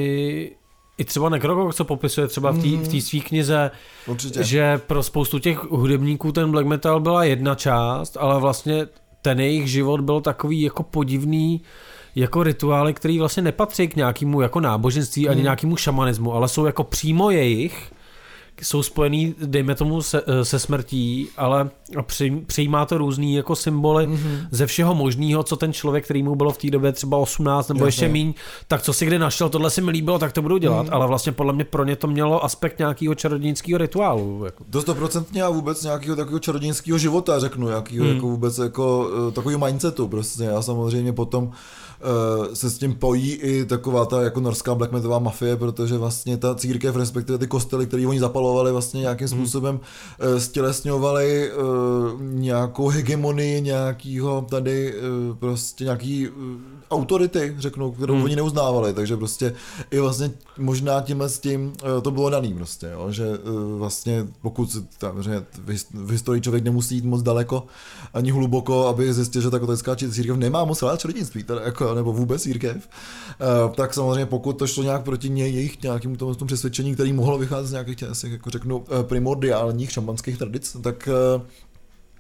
i i třeba Necrogog, co popisuje třeba v té mm. své knize, určitě. Že pro spoustu těch hudebníků ten black metal byla jedna část, ale vlastně ten jejich život byl takový jako podivný, jako rituály, který vlastně nepatří k nějakému jako náboženství ani mm. nějakému šamanismu, ale jsou jako přímo jejich, jsou spojený, dejme tomu, se, se smrtí, ale přijímá to různý jako symboly mm-hmm. ze všeho možného, co ten člověk, který mu bylo v té době třeba osmnáct nebo Jasně. ještě míň, tak co si kdy našel, tohle si mi líbilo, tak to budu dělat, mm. ale vlastně podle mě pro ně to mělo aspekt nějakého čarodějnického rituálu. Jako. To stoprocentně a vůbec nějakého takového čarodějnického života, řeknu, jakýho mm. jako vůbec jako takového mindsetu prostě. A samozřejmě potom Uh, se s tím pojí i taková ta jako norská black metalová mafie, protože vlastně ta církev, respektive ty kostely, které oni zapalovali, vlastně nějakým způsobem uh, stělesňovali uh, nějakou hegemonii nějakého tady uh, prostě nějaký uh, autority, řeknu, kterou hmm. oni neuznávali, takže prostě i vlastně možná tímhle s tím uh, to bylo daný prostě, jo, že uh, vlastně pokud tam, že v historii člověk nemusí jít moc daleko ani hluboko, aby zjistil, že ta katolická církev nemá moc rád čarodějnictví, jako, nebo vůbec církev, uh, tak samozřejmě pokud to šlo nějak proti ně, jejich nějakým tomu, tomu přesvědčení, který mohlo vycházet z nějakých těch, jako řeknu, primordiálních šamanských tradic, tak uh,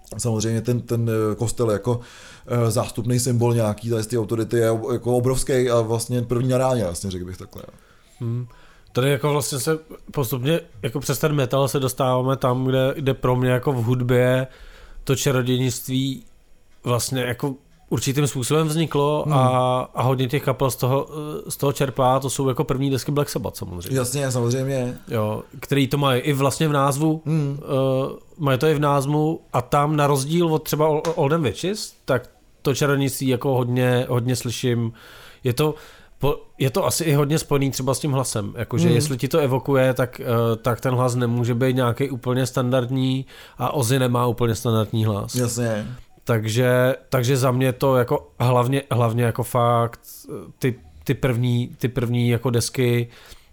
Samozřejmě ten, ten kostel jako zástupný symbol nějaký z té autority je jako obrovský a vlastně první na ráně, vlastně řekl bych takhle. Hmm. Tady jako vlastně se postupně jako přes ten metal se dostáváme tam, kde, kde pro mě jako v hudbě to čarodějnictví vlastně jako určitým způsobem vzniklo hmm. a, a hodně těch kapel z toho, z toho čerpá, to jsou jako první desky Black Sabbath samozřejmě. Jasně, samozřejmě. Jo, který to mají i vlastně v názvu, hmm. uh, mají to i v názvu a tam na rozdíl od třeba Olden Witches, tak to čarodějnictví jako hodně, hodně slyším, je to Po, je to asi i hodně spojený třeba s tím hlasem, jakože mm. jestli ti to evokuje, tak, uh, tak ten hlas nemůže být nějaký úplně standardní a Ozzy nemá úplně standardní hlas. Jasně. Takže, takže za mě to jako hlavně, hlavně jako fakt ty, ty první, ty první jako desky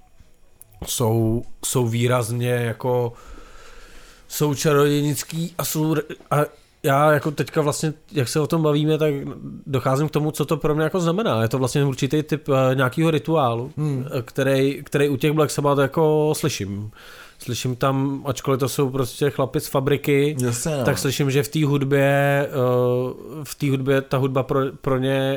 jsou, jsou výrazně jako jsou čarodějnický a jsou a já jako teďka vlastně, jak se o tom bavíme, tak docházím k tomu, co to pro mě jako znamená. Je to vlastně určitý typ uh, nějakého rituálu, hmm. který, který u těch Black Sabbath jako slyším. Slyším tam, ačkoliv to jsou prostě chlapi z fabriky, Jasně, no. tak slyším, že v té hudbě, uh, v té hudbě ta hudba pro, pro ně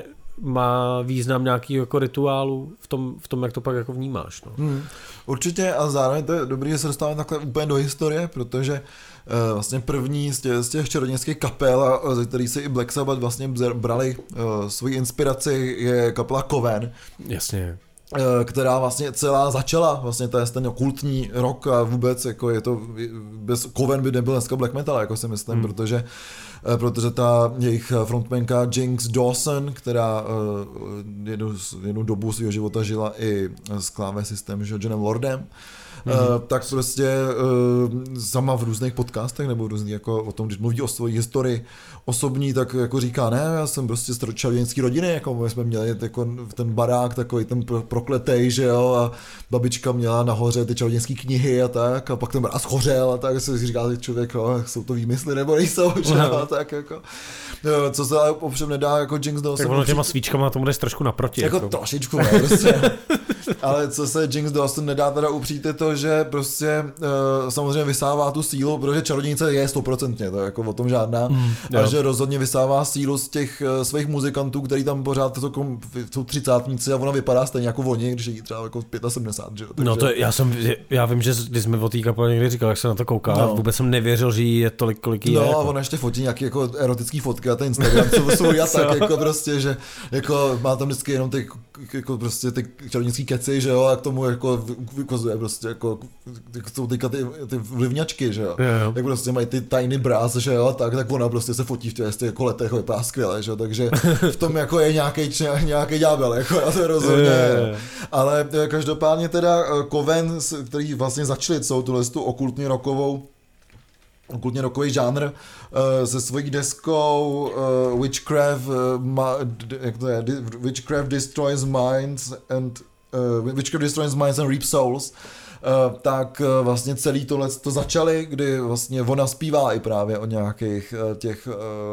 má význam nějakého jako rituálu v tom, v tom, jak to pak jako vnímáš. No. Hmm. Určitě a zároveň to je dobrý, že se dostáváme takhle úplně do historie, protože uh, vlastně první z těch, z těch čarodějnických kapel, ze kterých si i Black Sabbath vlastně brali uh, svoji inspiraci, je kapela Coven. Jasně. Která vlastně celá začala, vlastně to je ten kultní rock a vůbec jako je to, bez Coven by nebyl dneska black metal, jako si myslím, hmm. protože, protože ta jejich frontmanka Jinx Dawson, která jednu, jednu dobu svého života žila i s klávesistem Johnem Lordem, Mm-hmm. Uh, tak prostě uh, sama v různých podcastech nebo v různých jako o tom, když mluví o své historii osobní, tak jako říká, ne, já jsem prostě z čarodějnické rodiny, jako my jsme měli jako ten barák takový ten prokletej, že jo, a babička měla nahoře ty čarodějnické knihy a tak, a pak ten barák schořel a tak, se říká, že člověk, no, jsou to výmysly nebo nejsou, že jo, a tak jako. Jo, co se ale ovšem nedá jako Jinx Dawson. Tak ono těma svíčkama tomu jdeš trošku naproti. Jako, jako. trošičku, ne, prostě. Ale co se Jinx Dawson nedá teda upřít je to, že prostě uh, samozřejmě vysává tu sílu, protože čarodějnice je stoprocentně, to je jako o tom žádná, mm, a že rozhodně vysává sílu z těch uh, svých muzikantů, který tam pořád jsou, jsou třicátníci a ona vypadá stejně jako oni, když je třeba jako sedmdesát pět, že jo. Takže... No to já jsem, já vím, že když jsme o té kapele někdy říkal, jak se na to kouká, no. Vůbec jsem nevěřil, že jí je tolik, kolik jí no, je. No jako. A ona ještě fotí nějaký jako erotický fotky a ten Instagram, co jsou já tak jako prostě, že jako má tam vždycky jenom ty jako prostě ty čarodějnický keci, že jo, a k tomu jako vykazuje prostě jako jsou teďka ty, ty vlivňačky, že jo, yeah. Jak prostě mají ty tiny brass, že jo, tak, tak ona prostě se fotí v těch jako letech, vypadá skvěle, že jo, takže v tom jako je nějaký, nějaký ďábel, jako já to rozhodně, yeah. Ale každopádně teda Coven, který vlastně začali celou tuhle tu okultní rockovou okultně rockový žánr uh, se svojí deskou uh, Witchcraft, uh, ma, jak to je, Witchcraft Destroys Minds and uh, Witchcraft Destroys Minds and Reap Souls, uh, tak uh, vlastně celý tohle to začali, kdy vlastně ona zpívá i právě o nějakých uh, těch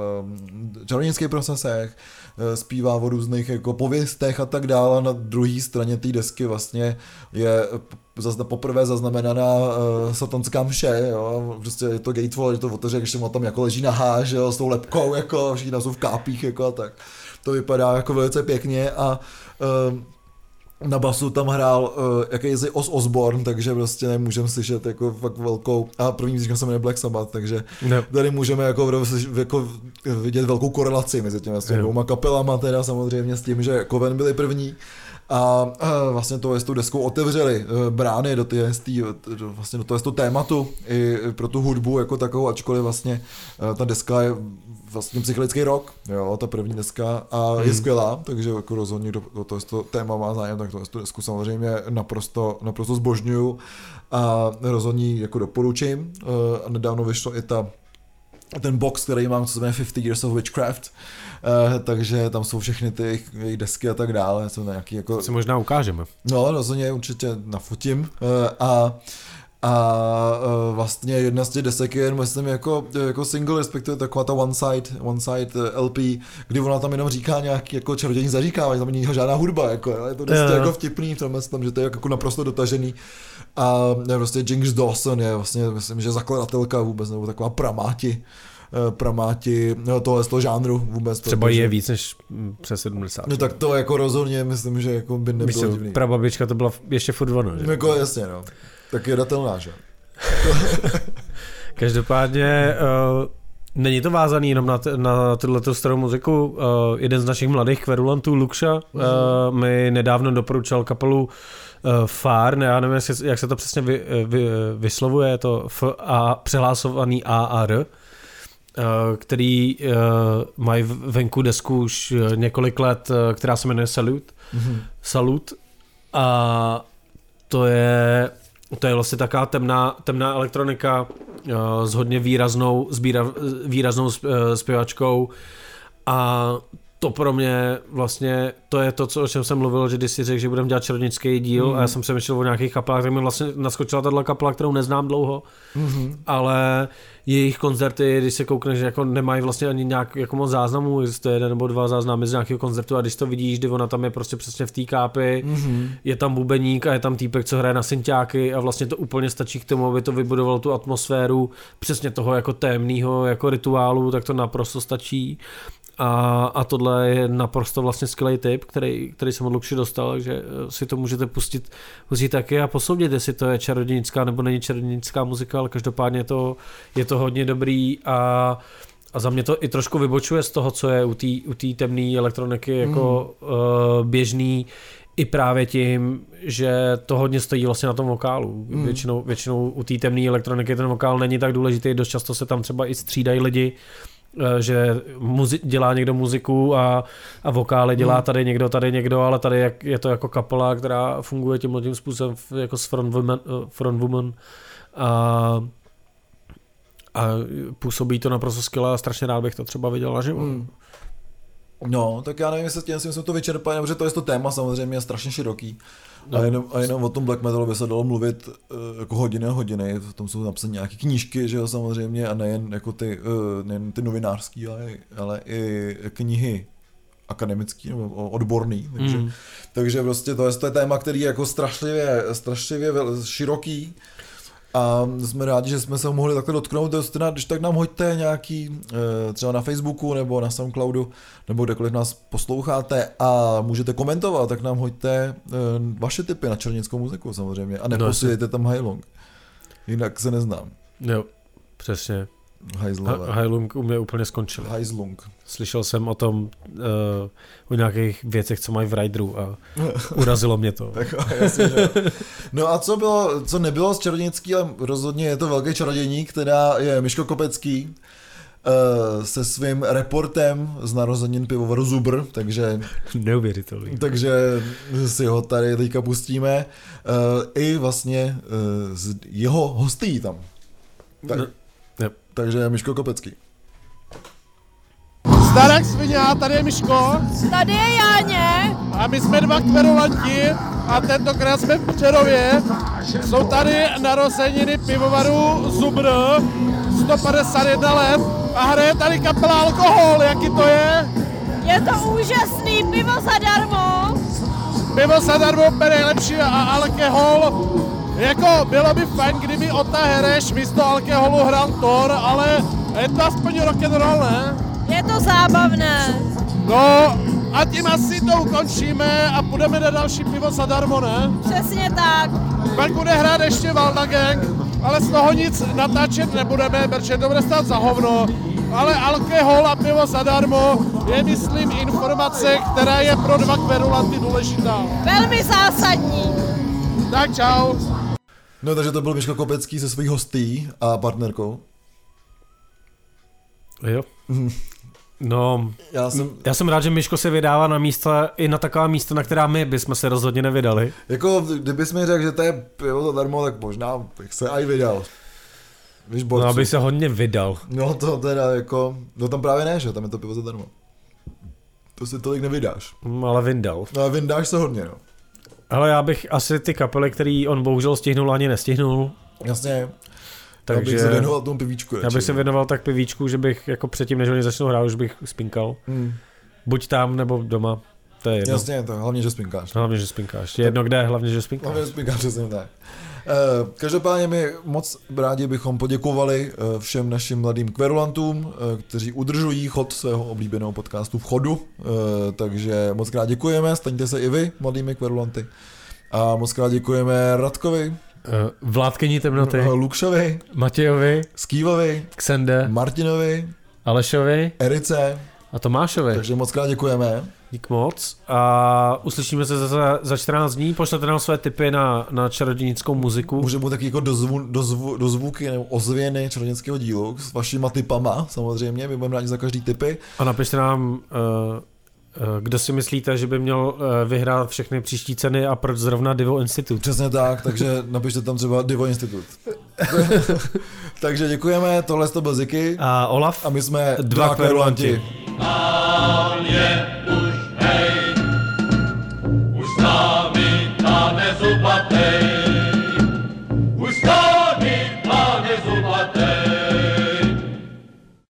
uh, čarodějnických procesech, uh, zpívá o různých jako pověstech a tak dále. Na druhé straně té desky vlastně je zazna, poprvé zaznamenaná uh, satanská mše, jo, prostě je to Gatewall, je to otevře, když tam tam jako leží nahá, že jo, s tou lepkou, jako, všichni jsou v kápích, jako a tak. To vypadá jako velice pěkně a uh, na basu tam hrál uh, jakýsi Ozzy Osbourne, takže prostě nemůžeme slyšet jako fakt velkou, a první říkám se jmenuje Black Sabbath, takže no. Tady můžeme jako, jako vidět velkou korelaci mezi těmi vlastně dvouma kapelama, teda samozřejmě s tím, že Coven byli první. A vlastně to s tou deskou otevřeli brány do, tý, do, vlastně do toho tématu i pro tu hudbu jako takovou, ačkoliv vlastně ta deska je vlastně psychologický rock, jo, ta první deska a hmm. je skvělá, takže jako rozhodně do, do toho téma má zájem, tak tu desku samozřejmě naprosto, naprosto zbožňuju a rozhodně jako doporučím. A nedávno vyšlo i ta ten box, který mám, co se jmenuje fifty Years of Witchcraft, uh, takže tam jsou všechny ty jejich desky a tak dále, jsou nějaký jako... Si možná ukážeme. No, rozhodně určitě nafotím uh, a a uh, vlastně jedna z těch desek je, myslím, jako, jako single, respektive taková ta one side, one side L P, kdy ona tam jenom říká nějaký jako čarodějní zaříkávání, tam není žádná hudba, jako, je to dost yeah. jako vtipný, tam, že to je jako naprosto dotažený. A prostě Jinx Dawson je vlastně, myslím, že zakladatelka vůbec, nebo taková pramáti pramáti no, tohle z toho žánru vůbec. Třeba protože... je víc než přes sedmdesát. No tak to jako rozhodně myslím, že jako by nebylo divný. Prababička to byla ještě furt ono, že? Jako jasně, no. Tak je datelná, že? Každopádně uh, není to vázaný jenom na, t- na tuto starou muziku. Uh, jeden z našich mladých kverulantů, Lukša, uh, mi nedávno doporučil kapelu uh, Far, ne, já nevím, jak se, jak se to přesně vy, vy, vyslovuje, je to F A, přehlásovaný A a R, uh, který uh, mají venku desku už několik let, uh, která se jmenuje Salute. Mm-hmm. Salute. A to je... To je vlastně taková temná, temná elektronika uh, s hodně výraznou, zbíra, výraznou zpěvačkou a to pro mě vlastně, to je to, co, o čem jsem mluvil, že když si řekl, že budeme dělat čarodějnický díl mm. a já jsem přemýšlel o nějakých kapelách, tak mi vlastně naskočila tato kapela, kterou neznám dlouho, mm-hmm. ale jejich koncerty, když se koukneš, že jako nemají vlastně ani nějak jako moc záznamů, existuje jeden nebo dva záznamy z nějakého koncertu a když to vidíš, kdy ona tam je prostě přesně v té kápi, mm-hmm. je tam bubeník a je tam týpek, co hraje na synťáky a vlastně to úplně stačí k tomu, aby to vybudovalo tu atmosféru přesně toho jako témného jako rituálu, tak to naprosto stačí. A, a tohle je naprosto vlastně skvělý tip, který, který jsem od Lukši dostal, takže si to můžete pustit, pustit taky a posoudit, jestli to je čarodějnická nebo není čarodějnická muzika, ale každopádně je to, je to hodně dobrý a, a za mě to i trošku vybočuje z toho, co je u té u té temné elektroniky jako mm. uh, běžný, i právě tím, že to hodně stojí vlastně na tom vokálu. Mm. Většinou, většinou u té temné elektroniky ten vokál není tak důležitý, dost často se tam třeba i střídají lidi, že muzi- dělá někdo muziku a, a vokály dělá tady někdo, tady někdo, ale tady je, je to jako kapela, která funguje tímhle tím způsobem jako s frontwoman, frontwoman a, a působí to naprosto skvěle a strašně rád bych to třeba viděl naživo. Hmm. No, tak já nevím, jestli tím jsme to vyčerpali, protože to je to téma samozřejmě je strašně široký. No. A, jenom, a jenom o tom black metalu by se dalo mluvit uh, jako hodiny a hodiny, v tom jsou napsané nějaké knížky, že jo, samozřejmě, a nejen jako ty, uh, nejen ty novinářský, ale, ale i knihy akademický nebo odborný, takže, mm. takže prostě to je, to je téma, který je jako strašlivě, strašlivě široký. A jsme rádi, že jsme se mohli takhle dotknout, když tak nám hoďte nějaký, třeba na Facebooku nebo na Soundcloudu, nebo kdekoliv nás posloucháte a můžete komentovat, tak nám hoďte vaše tipy na černickou muziku samozřejmě a neposílejte tam Heilung, jinak se neznám. Jo, přesně. Heizlové. Heilung u mě úplně skončil. Heizlung. Slyšel jsem o tom, uh, o nějakých věcech, co mají v Rideru a urazilo mě to. Tak, jasně, že. No a co bylo, co nebylo z čarodějnický, ale rozhodně je to velký čarodějník, teda je Miško Kopecký uh, se svým reportem z narozenin pivovaru Zubr, takže neuvěřitelný. Takže si ho tady teďka pustíme uh, i vlastně uh, z jeho hostí tam. Tak. No. Takže Miško Kopecký. Zdarek svině, tady je Miško. Tady je Jáně. A my jsme dva kverulanti a tentokrát jsme v Přerově. Jsou tady narozeniny pivovaru Zubr, sto padesát jedna let a hraje tady kapela Alkohol, jaký to je? Je to úžasný, pivo zadarmo. Pivo zadarmo, nejlepší a alkohol. Jako bylo by fajn, kdyby Ota Hereš místo alkoholu hrál Thor, ale je to aspoň rock'n'roll, ne? Je to zábavné. No a tím asi to ukončíme a půjdeme na další pivo zadarmo, ne? Přesně tak. Pak bude hrát ještě Valda Gang, ale z toho nic natáčet nebudeme, protože to bude stát za hovno. Ale alkohol a pivo zadarmo je, myslím, informace, která je pro dva kverulanty důležitá. Velmi zásadní. Tak čau. No takže to byl Miško Kopecký se svojí hostí a partnerkou. Jo. No, já jsem... já jsem rád, že Miško se vydává na místa, i na taková místa, na která my bychom se rozhodně nevydali. Jako, kdybys mi řekl, že to je pivo zadarmo, tak možná bych se aj vydal. Víš, no, aby se hodně vydal. No to teda jako, no tam právě ne, že tam je to pivo zadarmo. To si tolik nevydáš. Mm, ale vyndal. No ale vyndáš se hodně, no. Ale já bych asi ty kapely, který on bohužel stihnul, ani nestihnul. Jasně. Takže já bych se věnoval tomu pivíčku. Já bych se věnoval tak pivíčku, že bych jako předtím, než oni začnou hrát, už bych spinkal. Hmm. Buď tam, nebo doma. To je jedno. Jasně, to hlavně, že spinkáš. Hlavně, že spinkáš. Je jedno kde, hlavně, že spinkáš. Hlavně, že spinkáš, přesně tak. Každopádně my moc rádi bychom poděkovali všem našim mladým kverulantům, kteří udržují chod svého oblíbeného podcastu v chodu, takže moc krát děkujeme, staňte se i vy mladými kverulanty a moc krát děkujeme Radkovi, Vládkyni temnoty, Lukšovi, Matějovi, Skývovi, Xende, Martinovi, Alešovi, Erice a Tomášovi. Takže moc krát děkujeme. Dík moc a uslyšíme se zase za čtrnáct dní, pošlete nám své tipy na, na čarodějnickou muziku. Může být taky jako dozvu, dozvu, dozvuky nebo ozvěny čarodějnického dílu s vašima tipama samozřejmě, my budeme rádi za každý tipy. A napište nám, uh, uh, kdo si myslíte, že by měl uh, vyhrát všechny příští ceny a proč zrovna Divo Institute. Přesně tak, takže napište tam třeba Divo Institute. Takže děkujeme, tohle to byl Ziky a Olaf a my jsme dva kverulanti. Amen.